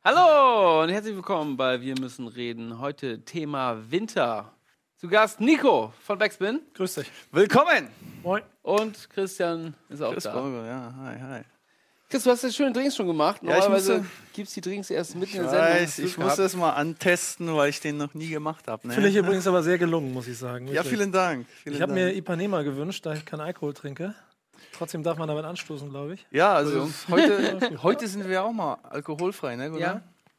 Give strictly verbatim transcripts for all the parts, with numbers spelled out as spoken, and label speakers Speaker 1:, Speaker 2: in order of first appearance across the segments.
Speaker 1: Hallo und herzlich willkommen bei Wir müssen reden. Heute Thema Winter. Zu Gast Nico von Backspin.
Speaker 2: Grüß dich.
Speaker 3: Willkommen.
Speaker 1: Moin. Und Christian ist auch
Speaker 3: Chris
Speaker 1: da.
Speaker 3: Borger, ja, hi, hi.
Speaker 1: Chris, du hast ja schöne Drinks schon gemacht.
Speaker 3: Ja, ich
Speaker 1: Normalerweise
Speaker 3: musste-
Speaker 1: gibt es die Drinks erst mitten
Speaker 3: Ich
Speaker 1: in der Sendung.
Speaker 3: weiß, ich muss das mal antesten, weil ich den noch nie gemacht habe. Ne?
Speaker 2: Finde ich übrigens aber sehr gelungen, muss ich sagen.
Speaker 3: Ja,
Speaker 2: Wirklich.
Speaker 3: vielen Dank. Vielen
Speaker 2: Ich habe
Speaker 3: Dank.
Speaker 2: mir Ipanema gewünscht, da ich keinen Alkohol trinke. Trotzdem darf man damit anstoßen, glaube ich.
Speaker 3: Ja, also heute, heute sind wir auch mal alkoholfrei, ne? Oder?
Speaker 1: Ja.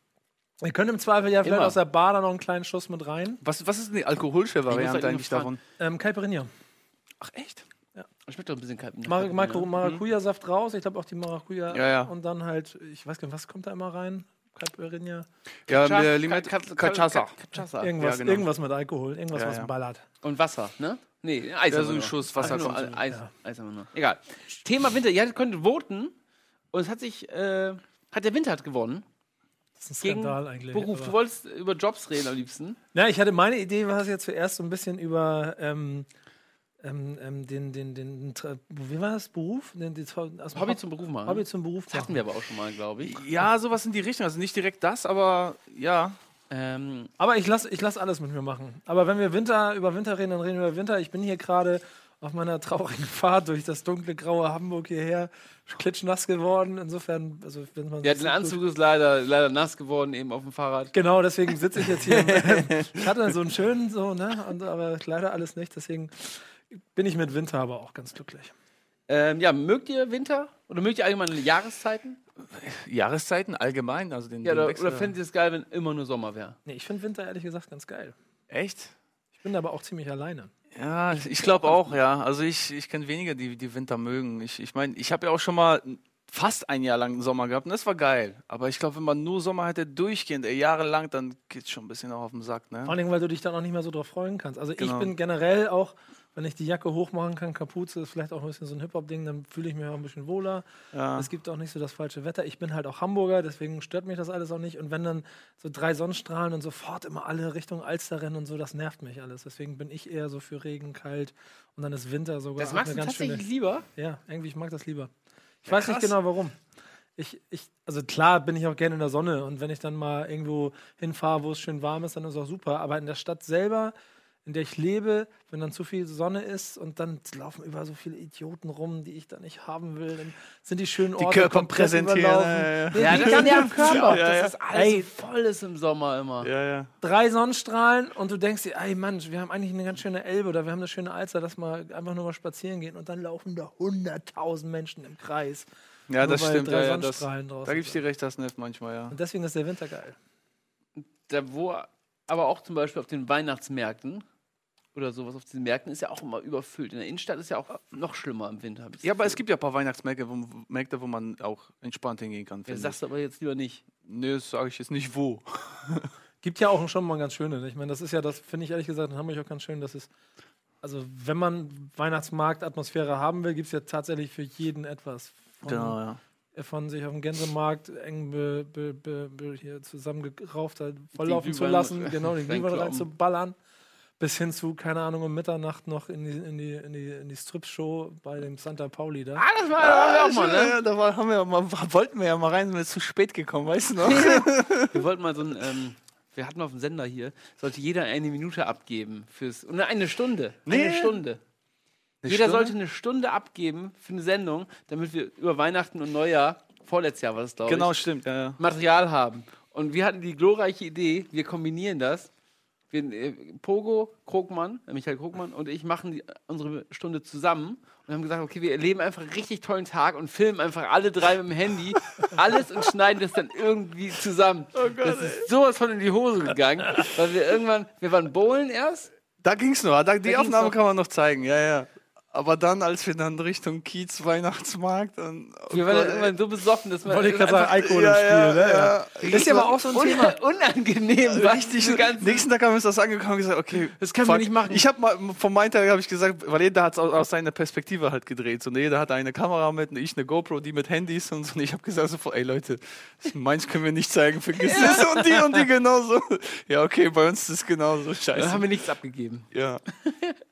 Speaker 2: Wir können im Zweifel ja vielleicht
Speaker 1: Immer.
Speaker 2: aus der Bar da noch einen kleinen Schuss mit rein.
Speaker 3: Was, was ist denn die alkoholische
Speaker 1: Ich muss
Speaker 3: Variante
Speaker 1: halt
Speaker 3: eigentlich
Speaker 1: nur
Speaker 3: davon?
Speaker 2: Ähm, Caipirinha.
Speaker 3: Ach, echt?
Speaker 1: Schmeckt doch ein bisschen kalt.
Speaker 2: Mar Mar Maracuja-Saft raus. Ich glaube auch die Maracuja.
Speaker 3: Ja, ja.
Speaker 2: Und dann halt, ich weiß gar nicht, was kommt da immer rein? Caipirinha.
Speaker 3: Ja,
Speaker 1: Cachaça.
Speaker 3: mit Limette. Cachaça.
Speaker 1: Cachaça.
Speaker 2: Irgendwas,
Speaker 3: Ja, genau.
Speaker 2: irgendwas mit Alkohol. Irgendwas,
Speaker 3: Ja,
Speaker 2: was
Speaker 3: ja.
Speaker 2: bannert.
Speaker 1: Und Wasser, ne? Nee, Eis.
Speaker 3: Ja,
Speaker 1: haben
Speaker 3: so
Speaker 1: wir
Speaker 3: ein
Speaker 1: noch.
Speaker 3: Schuss Wasser
Speaker 1: Ach, nur
Speaker 3: kommt so.
Speaker 1: Eis,
Speaker 2: Ja.
Speaker 1: Eis haben wir noch. Egal. Thema Winter. Ja, ihr konntet voten. Und es hat sich, äh, hat der Winter hat gewonnen.
Speaker 2: Das ist ein
Speaker 1: Gegen
Speaker 2: Skandal eigentlich.
Speaker 1: Beruf.
Speaker 2: aber-
Speaker 1: Du wolltest über Jobs reden am liebsten.
Speaker 2: Ja, ich hatte meine Idee, war es jetzt zuerst so ein bisschen über ähm, ähm, ähm, den, den, den, den, Tra- wie war das? Beruf? Den, den, aus dem
Speaker 1: Hobby
Speaker 2: Haupt-
Speaker 1: zum Beruf machen.
Speaker 2: Hobby zum Beruf.
Speaker 1: Das hatten wir aber auch schon mal, glaube ich.
Speaker 3: Ja, sowas in die Richtung. Also nicht direkt das, aber ja.
Speaker 1: Ähm,
Speaker 2: Aber ich lasse ich lass alles mit mir machen. Aber wenn wir Winter über Winter reden, dann reden wir über Winter. Ich bin hier gerade auf meiner traurigen Fahrt durch das dunkle, graue Hamburg hierher klitschnass geworden. Insofern, also wenn man
Speaker 1: ja,
Speaker 2: das
Speaker 1: der
Speaker 2: sieht,
Speaker 1: Anzug ist leider, leider nass geworden, eben auf dem Fahrrad.
Speaker 2: genau, deswegen sitze ich jetzt hier. Ich hatte so einen schönen, so, ne, und, aber leider alles nicht. Deswegen bin ich mit Winter aber auch ganz glücklich.
Speaker 1: Ähm, ja, mögt ihr Winter? Oder mögt ihr allgemein Jahreszeiten?
Speaker 3: Jahreszeiten allgemein, also den,
Speaker 1: Ja,
Speaker 3: den
Speaker 1: oder,
Speaker 3: Wechsel.
Speaker 1: oder fändet ihr es geil, wenn immer nur Sommer wäre?
Speaker 2: Nee, ich finde Winter ehrlich gesagt ganz geil.
Speaker 3: Echt?
Speaker 2: Ich bin aber auch ziemlich alleine.
Speaker 3: Ja, ich glaube auch, ja. Also ich, ich kenne weniger, die die Winter mögen. Ich ich, mein, ich habe ja auch schon mal fast ein Jahr lang einen Sommer gehabt und das war geil. Aber ich glaube, wenn man nur Sommer hätte durchgehend, ey, jahrelang, dann geht's schon ein bisschen auch auf den Sack, ne?
Speaker 2: Vor allem, weil du dich dann auch nicht mehr so drauf freuen kannst. Also
Speaker 3: Genau.
Speaker 2: ich bin generell auch, wenn ich die Jacke hochmachen kann, Kapuze ist vielleicht auch ein bisschen so ein Hip-Hop-Ding, dann fühle ich mich auch ein bisschen wohler.
Speaker 3: Ja.
Speaker 2: Es gibt auch nicht so das falsche Wetter. Ich bin halt auch Hamburger, deswegen stört mich das alles auch nicht. Und wenn dann so drei Sonnenstrahlen und sofort immer alle Richtung Alster rennen und so, das nervt mich alles. Deswegen bin ich eher so für Regen, kalt und dann ist Winter sogar
Speaker 1: Das
Speaker 2: auch
Speaker 1: magst
Speaker 2: eine
Speaker 1: du
Speaker 2: ganz schöne...
Speaker 1: tatsächlich lieber?
Speaker 2: Ja, irgendwie, ich mag das lieber. Ich
Speaker 3: Ja,
Speaker 2: weiß nicht
Speaker 3: krass.
Speaker 2: genau warum. Ich, ich, also klar bin ich auch gerne in der Sonne und wenn ich dann mal irgendwo hinfahre, wo es schön warm ist, dann ist auch super. Aber in der Stadt selber, in der ich lebe, wenn dann zu viel Sonne ist und dann laufen überall so viele Idioten rum, die ich da nicht haben will, dann sind die schönen Orte
Speaker 3: Körper
Speaker 2: komplett
Speaker 3: präsentieren,
Speaker 2: überlaufen.
Speaker 3: ja, ja.
Speaker 2: Nee,
Speaker 1: Ja,
Speaker 2: die
Speaker 1: das
Speaker 2: kann
Speaker 1: ist
Speaker 2: ja
Speaker 1: ja
Speaker 2: am Körper.
Speaker 3: Ja, ja.
Speaker 1: Das ist alles
Speaker 2: Ey.
Speaker 1: so voll ist im Sommer immer.
Speaker 3: Ja, ja.
Speaker 2: Drei Sonnenstrahlen und du denkst dir, ey Mann, wir haben eigentlich eine ganz schöne Elbe oder wir haben eine schöne Alster, lass mal einfach nur mal spazieren gehen und dann laufen da hunderttausend Menschen im Kreis.
Speaker 3: Ja,
Speaker 2: Nur
Speaker 3: das
Speaker 2: weil
Speaker 3: stimmt.
Speaker 2: drei
Speaker 3: Ja, ja, das,
Speaker 2: Sonnenstrahlen draußen
Speaker 3: da gebe ich
Speaker 2: sind.
Speaker 3: dir recht, das nervt manchmal, ja.
Speaker 2: Und deswegen ist der Winter geil.
Speaker 1: Da, wo, aber auch zum Beispiel auf den Weihnachtsmärkten oder sowas auf diesen Märkten ist ja auch immer überfüllt. In der Innenstadt ist ja auch noch schlimmer im Winter. hab ich das
Speaker 3: Ja, aber es
Speaker 1: Gefühl.
Speaker 3: gibt ja ein paar Weihnachtsmärkte, wo, Märkte, wo man auch entspannt hingehen kann.
Speaker 1: Ja,
Speaker 3: finde
Speaker 1: sagst du aber jetzt lieber nicht.
Speaker 3: ich. Nee, das sage ich jetzt nicht wo.
Speaker 2: Gibt ja auch schon mal ganz schöne. ne? Ich meine, das ist ja, das finde ich ehrlich gesagt in Hamburg auch ganz schön, dass es, also wenn man Weihnachtsmarktatmosphäre haben will, gibt es ja tatsächlich für jeden etwas. Von,
Speaker 3: Genau, ja.
Speaker 2: von sich auf dem Gänsemarkt eng be, be, be, be, hier zusammengerauft halt volllaufen zu
Speaker 1: Glühwein-
Speaker 2: lassen, genau, den Glühwein
Speaker 1: reinkloppen.
Speaker 2: reinzuballern, bis hin zu, keine Ahnung, um Mitternacht noch in die, in die, in die, in die Strip-Show bei dem Santa Pauli da.
Speaker 1: Ah, das war ja auch mal,
Speaker 3: ja,
Speaker 1: ne?
Speaker 3: ja, da war, haben wir ja mal, wollten wir ja mal rein, sind wir zu spät gekommen, weißt du noch?
Speaker 1: Wir wollten mal so ein, ähm, wir hatten auf dem Sender hier, sollte jeder eine Minute abgeben fürs, und eine Stunde, eine
Speaker 3: Nee.
Speaker 1: Stunde.
Speaker 3: Eine
Speaker 1: Jeder
Speaker 3: Stunde?
Speaker 1: sollte eine Stunde abgeben für eine Sendung, damit wir über Weihnachten und Neujahr, vorletztes Jahr war das, glaube
Speaker 3: Genau,
Speaker 1: ich,
Speaker 3: stimmt, ja, ja.
Speaker 1: Material haben. Und wir hatten die glorreiche Idee, wir kombinieren das. Wir, äh, Pogo, Krogmann, äh, Michael Krogmann und ich machen die, unsere Stunde zusammen und haben gesagt, okay, wir erleben einfach einen richtig tollen Tag und filmen einfach alle drei mit dem Handy alles und schneiden das dann irgendwie zusammen.
Speaker 3: Oh Gott,
Speaker 1: das ist sowas von in die Hose gegangen, weil wir irgendwann, wir waren bowlen erst.
Speaker 3: Da ging's noch, da, die
Speaker 1: ging's
Speaker 3: Aufnahme
Speaker 1: noch.
Speaker 3: kann man noch zeigen, ja, ja. Aber dann, als wir dann Richtung Kiez, Weihnachtsmarkt und... oh
Speaker 1: Wir waren
Speaker 3: Gott,
Speaker 1: dann irgendwann so besoffen, dass man
Speaker 2: Wollte ich gerade sagen,
Speaker 1: einfach
Speaker 2: Alkohol
Speaker 3: ja,
Speaker 2: im Spiel,
Speaker 3: ja,
Speaker 2: ne?
Speaker 3: ja.
Speaker 2: Das ist ja aber auch so ein
Speaker 1: un
Speaker 2: Thema.
Speaker 1: unangenehm war.
Speaker 3: Richtig,
Speaker 1: diese ganzen-
Speaker 3: nächsten Tag haben wir uns das angekommen und gesagt, okay,
Speaker 1: Das können wir
Speaker 3: fuck.
Speaker 1: nicht machen.
Speaker 3: Ich habe mal, von meinem Teil habe ich gesagt, weil jeder hat es aus, aus seiner Perspektive halt gedreht. So, jeder hat eine Kamera mit, und ich eine GoPro, die mit Handys und so. Und ich habe gesagt so, ey Leute, meins können wir nicht zeigen, vergiss es. Und die und die genauso. Ja, okay, bei uns ist es genauso.
Speaker 1: Dann
Speaker 3: Scheiße.
Speaker 1: haben wir nichts abgegeben.
Speaker 3: Ja.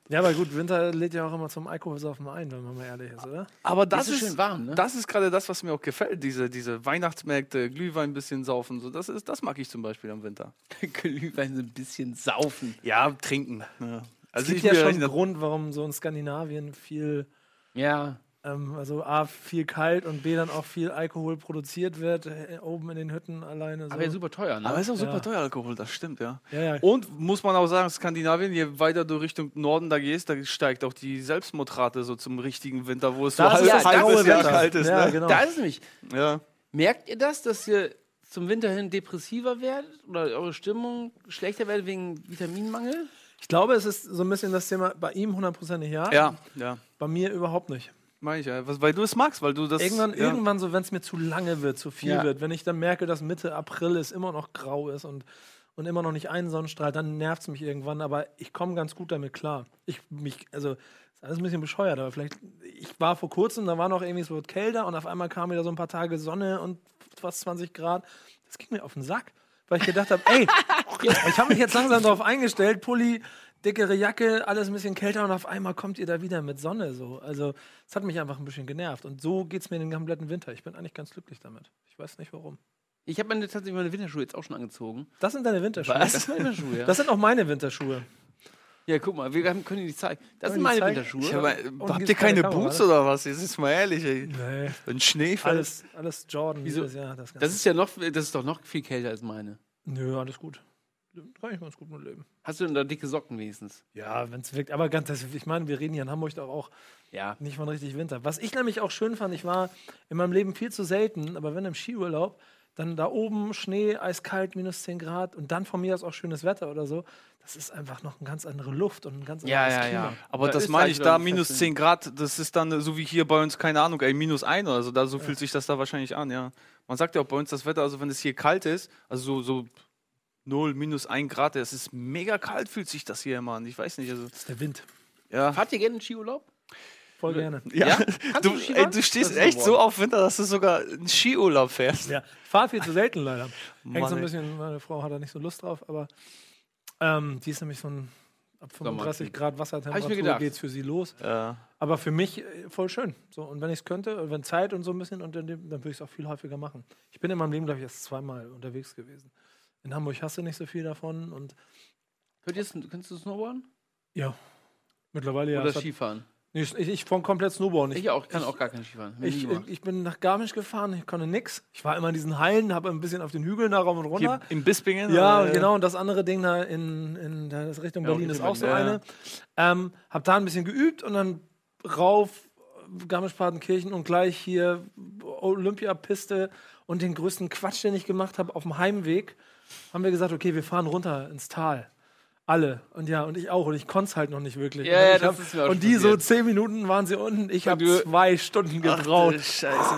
Speaker 2: Ja, aber gut, Winter lädt ja auch immer zum Alkoholsaufen ein, wenn man mal ehrlich ist, oder?
Speaker 3: Aber das,
Speaker 1: Das ist
Speaker 3: ist,
Speaker 1: schön warm, ne?
Speaker 3: das ist gerade das, was mir auch gefällt, diese, diese Weihnachtsmärkte, Glühwein ein bisschen saufen, so, das, ist, das mag ich zum Beispiel im Winter.
Speaker 1: Glühwein so ein bisschen saufen.
Speaker 3: Ja, trinken. Ja.
Speaker 2: Also
Speaker 3: Also
Speaker 2: es gibt
Speaker 3: ich
Speaker 2: ja
Speaker 3: mir
Speaker 2: schon
Speaker 3: rechne-
Speaker 2: einen Grund, warum so in Skandinavien viel,
Speaker 1: Ja.
Speaker 2: ähm, also A, viel kalt und B, dann auch viel Alkohol produziert wird, äh, oben in den Hütten alleine. So.
Speaker 1: Aber ja, super teuer, ne?
Speaker 3: Aber ist auch super
Speaker 2: Ja.
Speaker 3: teuer Alkohol, das stimmt, ja.
Speaker 2: Ja, ja.
Speaker 3: Und muss man auch sagen, Skandinavien, je weiter du Richtung Norden da gehst, da steigt auch die Selbstmordrate so zum richtigen Winter, wo es so
Speaker 2: Da ist
Speaker 3: halb,
Speaker 2: das
Speaker 3: halbes
Speaker 2: graue
Speaker 3: Jahr
Speaker 2: Wetter.
Speaker 3: kalt ist.
Speaker 2: Ja,
Speaker 3: Ne?
Speaker 2: genau.
Speaker 1: Da ist es nämlich.
Speaker 3: Ja.
Speaker 1: Merkt ihr das, dass ihr zum Winter hin depressiver werdet oder eure Stimmung schlechter werdet wegen Vitaminmangel?
Speaker 2: Ich glaube, es ist so ein bisschen das Thema bei ihm hundertprozentig ja,
Speaker 3: ja, ja,
Speaker 2: bei mir überhaupt nicht.
Speaker 3: meine ich ja. Was, weil du es magst, weil du das...
Speaker 2: Irgendwann,
Speaker 3: ja.
Speaker 2: irgendwann so, wenn es mir zu lange wird, zu viel
Speaker 1: Ja.
Speaker 2: wird, wenn ich dann merke, dass Mitte April es immer noch grau ist und, und immer noch nicht ein Sonnenstrahl, dann nervt es mich irgendwann, aber ich komme ganz gut damit klar. Ich mich, also ist alles ein bisschen bescheuert, aber vielleicht, ich war vor kurzem, da war noch irgendwie so kälter und auf einmal kam wieder so ein paar Tage Sonne und fast zwanzig Grad. Das ging mir auf den Sack, weil ich gedacht habe, ey, ich habe mich jetzt langsam darauf eingestellt, Pulli, dickere Jacke, alles ein bisschen kälter und auf einmal kommt ihr da wieder mit Sonne. So. Also es hat mich einfach ein bisschen genervt. Und so geht es mir den kompletten Winter. Ich bin eigentlich ganz glücklich damit. Ich weiß nicht warum.
Speaker 1: Ich habe meine, tatsächlich meine Winterschuhe jetzt auch schon angezogen.
Speaker 2: Das sind deine Winterschuhe.
Speaker 1: Das ist meine Winterschuhe, ja.
Speaker 2: Das sind auch meine Winterschuhe.
Speaker 1: Ja, guck mal, wir haben- können die nicht zeigen. Das
Speaker 2: Können
Speaker 1: sind
Speaker 2: die
Speaker 1: meine
Speaker 2: zeigen?
Speaker 1: Winterschuhe.
Speaker 3: Ich hab,
Speaker 2: Und
Speaker 3: habt
Speaker 2: gibt's
Speaker 3: ihr keine
Speaker 2: keine Kamera,
Speaker 3: Boots
Speaker 2: ne?
Speaker 3: oder was? Jetzt ist mal ehrlich, ey.
Speaker 2: Nee.
Speaker 3: Ein Schneefall.
Speaker 2: Alles, alles Jordan.
Speaker 1: Wieso?
Speaker 2: Jedes Jahr, das Ganze.
Speaker 1: Das ist ja noch, das ist doch noch viel kälter als meine.
Speaker 2: Nö, alles gut. Kann ich ganz gut mit leben.
Speaker 1: Hast du denn da dicke Socken wenigstens?
Speaker 2: Ja, wenn es wirkt. Aber ganz, das, ich meine, wir reden hier in Hamburg doch auch
Speaker 1: Ja.
Speaker 2: nicht von richtig Winter. Was ich nämlich auch schön fand, ich war in meinem Leben viel zu selten, aber wenn im Skiurlaub, dann da oben Schnee, eiskalt, minus zehn Grad und dann von mir aus auch schönes Wetter oder so, das ist einfach noch eine ganz andere Luft und ein ganz
Speaker 1: Ja,
Speaker 2: anderes
Speaker 1: ja,
Speaker 2: Klima.
Speaker 1: ja.
Speaker 3: Aber
Speaker 1: Da
Speaker 3: das
Speaker 1: ist
Speaker 3: meine
Speaker 1: halt
Speaker 3: ich,
Speaker 1: wieder
Speaker 3: da
Speaker 1: ein
Speaker 3: minus
Speaker 1: Fest-
Speaker 3: zehn Grad, das ist dann so wie hier bei uns, keine Ahnung, ey, minus ein oder so, da so fühlt sich das da wahrscheinlich an, ja. Man sagt ja auch bei uns das Wetter, also wenn es hier kalt ist, also so, so null, minus ein Grad, es ist mega kalt, fühlt sich das hier immer an. Ich weiß nicht, also,
Speaker 2: Das ist der Wind.
Speaker 3: ja.
Speaker 1: Fahrt ihr gerne in Skiurlaub?
Speaker 2: Voll gerne.
Speaker 3: Ja,
Speaker 1: Ja? Kannst
Speaker 3: du,
Speaker 1: du Ski
Speaker 3: ey,
Speaker 1: fahren?
Speaker 3: du stehst
Speaker 1: Das ist
Speaker 3: echt
Speaker 1: so
Speaker 3: so
Speaker 1: warm.
Speaker 3: auf Winter, dass du sogar einen Skiurlaub fährst.
Speaker 2: Ja, ich fahre viel zu selten leider. Hängt
Speaker 3: Mann,
Speaker 2: so ein
Speaker 3: ey.
Speaker 2: bisschen, meine Frau hat da nicht so Lust drauf, aber ähm, die ist nämlich so ein ab fünfunddreißig
Speaker 1: Sommertyp.
Speaker 2: Grad
Speaker 1: Hab ich mir
Speaker 2: Wassertemperatur
Speaker 1: gedacht.
Speaker 2: geht's für sie los.
Speaker 3: Ja.
Speaker 2: Aber für mich äh, voll schön. So, und wenn ich es könnte, und wenn Zeit und so ein bisschen, und dann, dann würde ich es auch viel häufiger machen. Ich bin in meinem Leben, glaube ich, erst zweimal unterwegs gewesen. In Hamburg hast du nicht so viel davon und
Speaker 1: Könnt ihr, kannst du Snowboarden?
Speaker 2: ja, mittlerweile ja.
Speaker 1: Oder
Speaker 2: es hat-
Speaker 1: Skifahren?
Speaker 2: Nee, Ich, ich von komplett Snowboarden.
Speaker 1: Ich auch, kann auch gar kein Skifahren. Hab
Speaker 2: Ich,
Speaker 1: nie
Speaker 2: ich,
Speaker 1: gemacht.
Speaker 2: ich bin nach Garmisch gefahren, ich konnte nix. Ich war immer in diesen Hallen, habe ein bisschen auf den Hügeln da rauf und runter.
Speaker 3: Hier in Bispingen?
Speaker 2: Ja,
Speaker 3: oder?
Speaker 2: genau. Und das andere Ding da in, in der Richtung
Speaker 1: Ja,
Speaker 2: Berlin
Speaker 1: auch
Speaker 2: ist
Speaker 1: Richtung
Speaker 2: auch so
Speaker 1: Berlin,
Speaker 2: eine. Ähm, hab da ein bisschen geübt und dann rauf Garmisch-Partenkirchen und gleich hier Olympiapiste und den größten Quatsch, den ich gemacht habe auf dem Heimweg, haben wir gesagt, okay, wir fahren runter ins Tal. Alle. Und ja, und ich auch. Und ich konnte es halt noch nicht wirklich.
Speaker 1: Ja,
Speaker 2: und
Speaker 1: ja,
Speaker 2: ich
Speaker 1: das
Speaker 2: hab,
Speaker 1: ist mir auch
Speaker 2: und
Speaker 1: schon
Speaker 2: die so
Speaker 1: passiert.
Speaker 2: zehn Minuten waren sie unten. Ich habe
Speaker 1: du-
Speaker 2: zwei Stunden gebraut.
Speaker 3: Scheiße.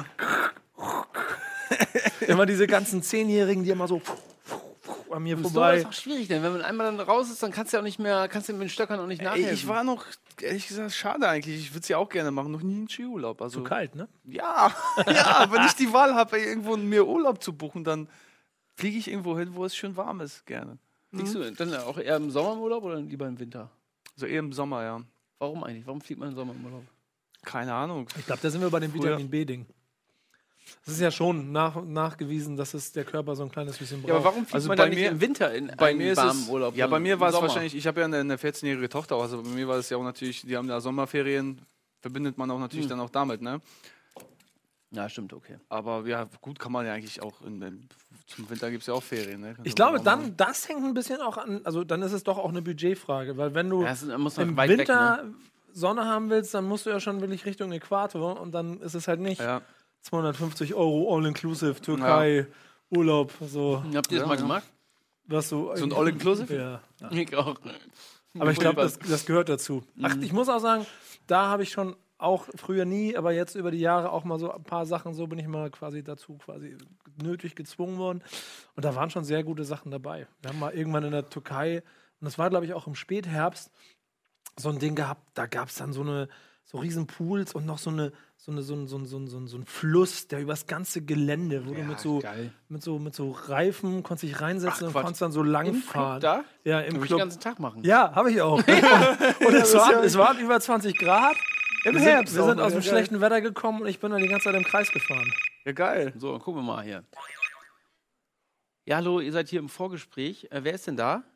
Speaker 2: Immer diese ganzen Zehnjährigen, die immer so an mir
Speaker 1: Snowboarden
Speaker 2: vorbei.
Speaker 1: ist auch schwierig, denn wenn man einmal dann raus ist, dann kannst du ja auch nicht mehr, kannst du mit den Stöckern auch nicht nachhelfen.
Speaker 3: Ey, ich war noch, ehrlich gesagt, schade eigentlich. Ich würde es ja auch gerne machen, noch nie einen Skiurlaub. Also,
Speaker 2: Zu kalt, ne?
Speaker 3: Ja, ja, wenn ich die Wahl habe, irgendwo mir Urlaub zu buchen, dann fliege ich irgendwo hin, wo es schön warm ist, gerne.
Speaker 1: Fliegst du dann auch eher im Sommer im Urlaub oder lieber im Winter?
Speaker 3: So eher im Sommer, ja.
Speaker 1: Warum eigentlich? Warum fliegt man im Sommer im Urlaub?
Speaker 3: Keine Ahnung.
Speaker 2: Ich glaube, da sind wir bei dem
Speaker 3: Früher-
Speaker 2: Vitamin B-Ding. Es ist ja schon nach, nachgewiesen, dass es der Körper so ein kleines bisschen braucht.
Speaker 1: Ja, aber warum fliegt
Speaker 3: Also
Speaker 1: man
Speaker 3: bei
Speaker 1: dann nicht
Speaker 3: mir-
Speaker 1: im Winter in
Speaker 3: Bei
Speaker 1: einen
Speaker 3: mir ist
Speaker 1: warmen
Speaker 3: es,
Speaker 1: Urlaub?
Speaker 3: ja,
Speaker 1: sondern
Speaker 3: bei mir
Speaker 1: im
Speaker 3: war es
Speaker 1: Sommer?
Speaker 3: wahrscheinlich, ich habe ja eine, eine vierzehnjährige Tochter, also bei mir war es ja auch natürlich, die haben ja Sommerferien, verbindet man auch natürlich
Speaker 1: Hm.
Speaker 3: dann auch damit, ne?
Speaker 1: Ja, stimmt, okay.
Speaker 3: Aber ja, gut kann man ja eigentlich auch, in, in, zum Winter gibt es ja auch Ferien, ne? Kannst
Speaker 2: Ich
Speaker 3: du
Speaker 2: glaube,
Speaker 3: auch machen.
Speaker 2: dann, das hängt ein bisschen auch an, also dann ist es doch auch eine Budgetfrage, weil wenn du
Speaker 1: Ja, das ist- da muss man
Speaker 2: im
Speaker 1: weit
Speaker 2: Winter
Speaker 1: weg, ne?
Speaker 2: Sonne haben willst, dann musst du ja schon wirklich Richtung Äquator und dann ist es halt nicht
Speaker 3: Ja.
Speaker 2: zweihundertfünfzig Euro All-Inclusive, Türkei, Urlaub, so,
Speaker 1: Habt ihr das
Speaker 3: Ja,
Speaker 1: mal
Speaker 3: ja.
Speaker 1: gemacht?
Speaker 2: was so.
Speaker 3: So ein All-Inclusive?
Speaker 2: Ja. ja.
Speaker 1: Ich auch.
Speaker 2: Aber ich glaube, das, das gehört dazu. Ach, ich muss auch sagen, da habe ich schon auch früher nie, aber jetzt über die Jahre auch mal so ein paar Sachen, so bin ich mal quasi dazu quasi nötig gezwungen worden. Und da waren schon sehr gute Sachen dabei. Wir haben mal irgendwann in der Türkei, und das war, glaube ich, auch im Spätherbst, so ein Ding gehabt, da gab es dann so eine, so riesen Pools und noch so eine so eine so ein, so ein, so ein, so ein, so ein Fluss, der übers ganze Gelände, wo
Speaker 1: Ja,
Speaker 2: du mit so
Speaker 1: geil.
Speaker 2: mit so mit so Reifen konntest dich reinsetzen
Speaker 1: Ach,
Speaker 2: und
Speaker 1: Quatsch.
Speaker 2: konntest dann so lang
Speaker 1: Im
Speaker 2: fahren.
Speaker 1: Club da?
Speaker 2: Ja, im
Speaker 1: Kann ich den
Speaker 2: Club.
Speaker 1: ganzen Tag machen.
Speaker 2: Ja, habe ich auch. Und es, war, es waren über zwanzig Grad.
Speaker 3: Im
Speaker 2: Wir
Speaker 3: Herbst
Speaker 2: sind, wir sind
Speaker 3: auch,
Speaker 2: aus dem
Speaker 3: ja,
Speaker 2: schlechten Wetter gekommen und ich bin dann die ganze Zeit im Kreis gefahren.
Speaker 3: Ja, geil.
Speaker 1: So, dann gucken wir mal hier. Ja, hallo, ihr seid hier im Vorgespräch. Äh, wer ist denn da?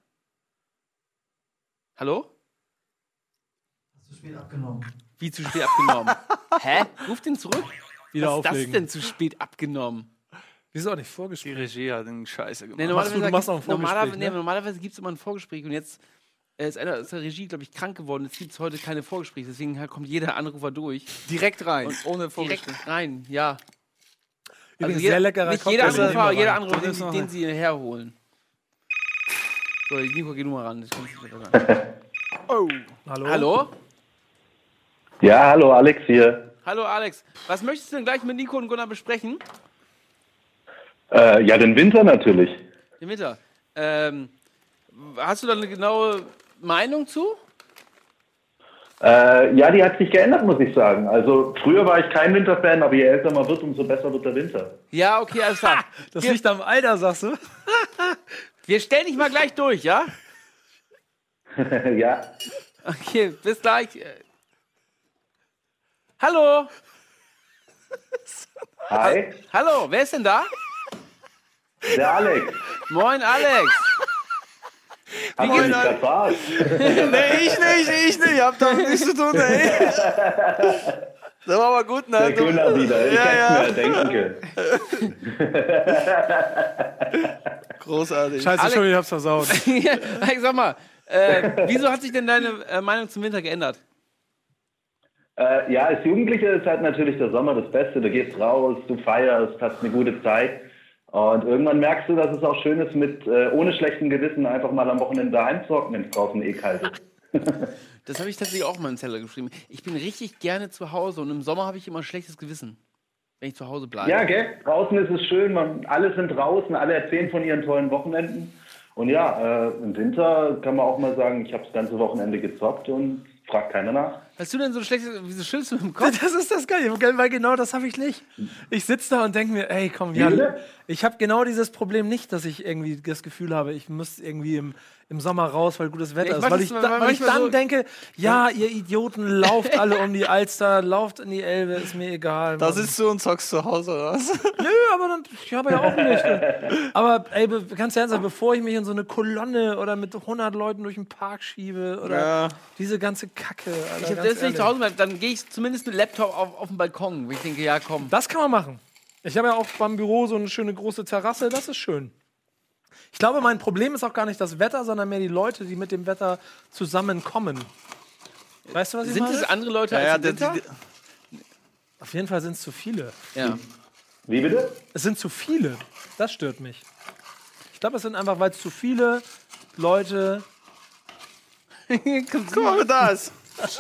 Speaker 1: Hallo?
Speaker 4: Zu spät abgenommen.
Speaker 1: Wie zu spät abgenommen? Hä? Ruf den zurück?
Speaker 2: Wieder
Speaker 1: Was ist das
Speaker 2: auflegen.
Speaker 1: denn zu spät abgenommen?
Speaker 2: Wieso auch nicht
Speaker 3: Die
Speaker 2: Vorgespräch?
Speaker 3: Regie hat den Scheiße gemacht.
Speaker 1: Nee,
Speaker 2: Machst du- du machst auch ein Vorgespräch,
Speaker 1: normalerweise,
Speaker 2: ne?
Speaker 1: nee, normalerweise gibt es immer ein Vorgespräch und jetzt äh, ist einer aus der Regie, glaube ich, krank geworden. Jetzt gibt es heute keine Vorgespräche, deswegen halt kommt jeder Anrufer durch.
Speaker 3: Direkt rein,
Speaker 1: Und
Speaker 3: ohne Vorgespräch.
Speaker 1: Direkt rein, ja.
Speaker 2: Übrigens
Speaker 1: jeder,
Speaker 2: sehr leckerer
Speaker 1: nicht jeder
Speaker 2: Cocktail.
Speaker 1: Anrufer,
Speaker 2: Nehmen wir
Speaker 1: jeder
Speaker 2: rein.
Speaker 1: Anrufer,
Speaker 3: Das ist
Speaker 1: den,
Speaker 3: noch
Speaker 1: den
Speaker 3: ein-
Speaker 1: sie herholen. So, Nico, geh du mal ran. Das kannst du nicht sagen. Oh.
Speaker 2: Hallo?
Speaker 1: Hallo?
Speaker 5: Ja, hallo Alex hier.
Speaker 1: Hallo Alex. Was möchtest du denn gleich mit Nico und Gunnar besprechen?
Speaker 5: Äh, ja, den Winter natürlich.
Speaker 1: Den Winter. Ähm, hast du da eine genaue Meinung zu?
Speaker 5: Äh, ja, die hat sich geändert, muss ich sagen. Also früher war ich kein Winterfan, aber je älter man wird, umso besser wird der Winter.
Speaker 1: Ja, okay, alles klar.
Speaker 2: Das
Speaker 1: wir,
Speaker 2: liegt am Alter, sagst du?
Speaker 1: wir stellen dich mal gleich durch, ja?
Speaker 5: Ja.
Speaker 1: Okay, bis gleich. Äh, Hallo?
Speaker 5: Hi,
Speaker 1: Hallo, wer ist denn da?
Speaker 5: der Alex.
Speaker 1: Moin, Alex.
Speaker 5: Hast du mich grad verarscht?
Speaker 3: Nee, ich nicht, ich nicht. Ich hab damit nichts zu tun, ey. Das war aber gut, ne?
Speaker 5: Der Gunnar wieder. Ich
Speaker 3: Ja,
Speaker 5: hätte
Speaker 3: ja.
Speaker 5: mir denken können.
Speaker 3: Großartig.
Speaker 2: Scheiße,
Speaker 1: Alex-
Speaker 2: Entschuldigung, ich hab's versaut.
Speaker 1: Alex, sag mal, äh, wieso hat sich denn deine äh, Meinung zum Winter geändert?
Speaker 5: Äh, ja, als Jugendlicher ist halt natürlich der Sommer das Beste. Du gehst raus, du feierst, hast eine gute Zeit. Und irgendwann merkst du, dass es auch schön ist, mit äh, ohne schlechten Gewissen einfach mal am Wochenende daheim zu hocken, wenn es draußen eh kalt ist.
Speaker 1: Das habe ich tatsächlich auch in meinem Zeller geschrieben. Ich bin richtig gerne zu Hause und im Sommer habe ich immer ein schlechtes Gewissen, wenn ich zu Hause bleibe.
Speaker 5: Ja, gell? Draußen ist es schön, man, alle sind draußen, alle erzählen von ihren tollen Wochenenden. Und ja, äh, im Winter kann man auch mal sagen, ich habe das ganze Wochenende gezockt und fragt keiner nach.
Speaker 1: Hast du denn so ein schlechtes, wieso schüttelst du mit dem Kopf?
Speaker 2: Das ist das Geile, weil genau das habe ich nicht. Ich sitze da und denke mir, ey, komm,
Speaker 5: Wie
Speaker 2: ja,
Speaker 5: bitte?
Speaker 2: ich habe genau dieses Problem nicht, dass ich irgendwie das Gefühl habe, ich muss irgendwie im, im Sommer raus, weil gutes Wetter
Speaker 1: Ja, ich
Speaker 2: ist.
Speaker 1: mach
Speaker 2: Weil
Speaker 1: das
Speaker 2: ich,
Speaker 1: mal-
Speaker 2: da, weil ich
Speaker 1: manchmal
Speaker 2: dann
Speaker 1: so-
Speaker 2: denke, ja, ihr Idioten, lauft alle um die Alster, lauft in die Elbe, ist mir egal.
Speaker 3: Da
Speaker 2: Mann.
Speaker 3: sitzt du und zockst zu Hause, oder was?
Speaker 2: Nö, aber dann, ich habe ja auch nicht. Aber ey, be- ganz ernst, bevor ich mich in so eine Kolonne oder mit hundert Leuten durch den Park schiebe oder
Speaker 3: Ja.
Speaker 2: diese ganze Kacke. Alter,
Speaker 1: Ich hab,
Speaker 2: ganz
Speaker 1: das, wenn ich
Speaker 2: ehrlich.
Speaker 1: zu Hause bleibe, dann gehe ich zumindest mit Laptop auf, auf den Balkon, wo ich denke, ja komm.
Speaker 2: Das kann man machen. Ich habe ja auch beim Büro so eine schöne große Terrasse, das ist schön. Ich glaube, mein Problem ist auch gar nicht das Wetter, sondern mehr die Leute, die mit dem Wetter zusammenkommen. Weißt du, was ich
Speaker 1: Sind
Speaker 2: meine?
Speaker 1: es andere Leute
Speaker 3: Ja,
Speaker 1: als
Speaker 3: ja,
Speaker 1: im
Speaker 3: der,
Speaker 1: Winter?
Speaker 3: die,
Speaker 2: Auf jeden Fall sind es zu viele.
Speaker 1: Ja.
Speaker 5: Wie bitte?
Speaker 2: Es sind zu viele. Das stört mich. Ich glaube, es sind einfach, weil es zu viele Leute...
Speaker 3: guck mal, das.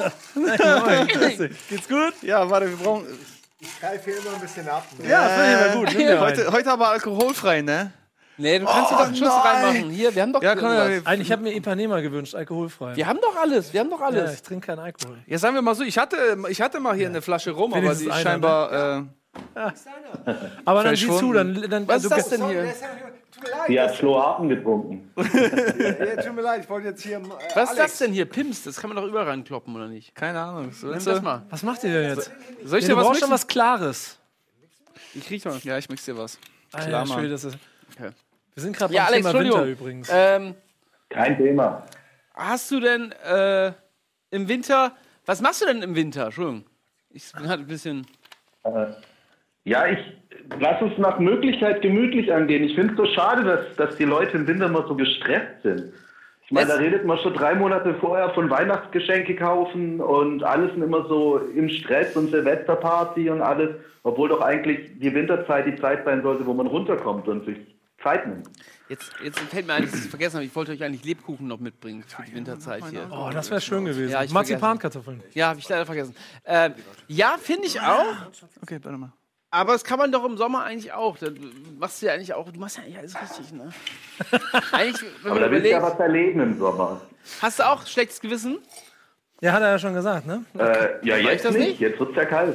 Speaker 2: Geht's gut?
Speaker 3: Ja, warte, wir brauchen.
Speaker 4: Ich greife hier immer ein bisschen ab. Ne?
Speaker 2: Ja, finde ich mal gut. Nimm dir
Speaker 3: Heute,
Speaker 2: einen.
Speaker 3: heute aber alkoholfrei, ne?
Speaker 1: Nee, du kannst dir doch einen Schuss
Speaker 3: nein.
Speaker 1: reinmachen. Hier, wir haben doch
Speaker 3: Ja, komm,
Speaker 1: irgendwas.
Speaker 3: ja,
Speaker 2: Ein, ich habe mir Ipanema gewünscht, alkoholfrei.
Speaker 1: Wir haben doch alles, wir haben doch
Speaker 2: Ja,
Speaker 1: alles.
Speaker 2: ich trinke keinen Alkohol.
Speaker 3: Ja, sagen wir mal so, ich hatte, ich hatte mal hier eine Flasche rum, aber
Speaker 2: Wenigstens
Speaker 3: die ist
Speaker 2: einer,
Speaker 3: scheinbar. Äh,
Speaker 2: Aber dann sieh zu,
Speaker 3: Verschwunden.
Speaker 2: dann, dann
Speaker 1: Was ist
Speaker 2: du-
Speaker 1: das denn
Speaker 4: Sorry,
Speaker 1: hier?
Speaker 4: der ist ja- Tut mir leid.
Speaker 5: Die hat Flo Harten getrunken.
Speaker 4: Ja, tut mir leid, ich wollte jetzt hier. Äh,
Speaker 1: Was ist
Speaker 4: Alex.
Speaker 1: das denn hier? Pimps, das kann man doch überall rankloppen, oder nicht?
Speaker 3: keine Ahnung. So,
Speaker 1: Nimm
Speaker 3: so.
Speaker 1: das mal.
Speaker 2: Was macht ihr denn jetzt?
Speaker 3: Soll ich
Speaker 2: Nee,
Speaker 3: dir
Speaker 2: du
Speaker 3: was
Speaker 2: brauchst schon
Speaker 3: mixen?
Speaker 2: was Klares.
Speaker 1: Ich krieg doch.
Speaker 3: Ja, ich mix dir was.
Speaker 2: Ah,
Speaker 3: Klar,
Speaker 2: ja,
Speaker 3: Mann.
Speaker 2: schön, das ist,
Speaker 1: Okay.
Speaker 2: wir sind gerade
Speaker 1: Ja,
Speaker 2: beim
Speaker 1: Alex,
Speaker 2: Thema Winter
Speaker 1: Entschuldigung.
Speaker 2: übrigens.
Speaker 1: Ähm,
Speaker 5: Kein Thema.
Speaker 1: hast du denn äh, im Winter, was machst du denn im Winter? Entschuldigung. Ich bin halt ein bisschen.
Speaker 5: Äh, ja, ich lass es nach Möglichkeit gemütlich angehen. Ich finde es so schade, dass, dass die Leute im Winter immer so gestresst sind. Ich meine, da
Speaker 1: Das-
Speaker 5: redet man schon drei Monate vorher von Weihnachtsgeschenke kaufen und alles sind immer so im Stress und Silvesterparty und alles, obwohl doch eigentlich die Winterzeit die Zeit sein sollte, wo man runterkommt und sich Zeit nimmt.
Speaker 1: Jetzt, jetzt fällt mir ein, dass ich es vergessen habe. Ich wollte euch eigentlich Lebkuchen noch mitbringen für die Winterzeit hier.
Speaker 2: Oh, das wäre schön gewesen.
Speaker 1: Ja, ich
Speaker 2: Marzipankartoffeln.
Speaker 1: Ja, habe ich leider vergessen. Ähm, ja, finde ich auch.
Speaker 3: Okay, warte mal.
Speaker 1: Aber das kann man doch im Sommer eigentlich auch. Da machst du ja eigentlich auch. Du machst ja eigentlich alles richtig, ne? Eigentlich, wenn
Speaker 5: Aber
Speaker 1: man
Speaker 5: da willst du ja
Speaker 1: überlegt,
Speaker 5: was erleben im Sommer.
Speaker 1: hast du auch schlechtes Gewissen?
Speaker 2: Ja, hat er ja schon gesagt, ne?
Speaker 5: Äh, ja, jetzt
Speaker 1: das
Speaker 5: nicht.
Speaker 1: nicht?
Speaker 5: Jetzt wird's ja kalt.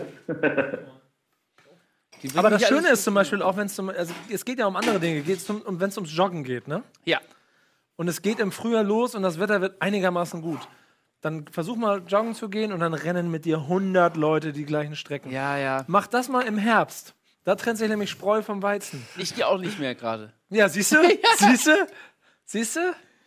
Speaker 1: Die will
Speaker 2: Aber das
Speaker 1: nicht
Speaker 2: Schöne
Speaker 1: alles-
Speaker 2: ist zum Beispiel, auch wenn es zum, also es geht ja um andere Dinge, geht's um, um wenn es ums Joggen geht, ne?
Speaker 1: Ja.
Speaker 2: Und es geht im Frühjahr los und das Wetter wird einigermaßen gut. Dann versuch mal joggen zu gehen und dann rennen mit dir hundert Leute die gleichen Strecken.
Speaker 1: Ja, ja.
Speaker 2: Mach das mal im Herbst. Da trennt sich nämlich Spreu vom Weizen.
Speaker 1: Ich gehe auch nicht mehr gerade.
Speaker 2: Ja, siehst du? Siehst du? Siehst du?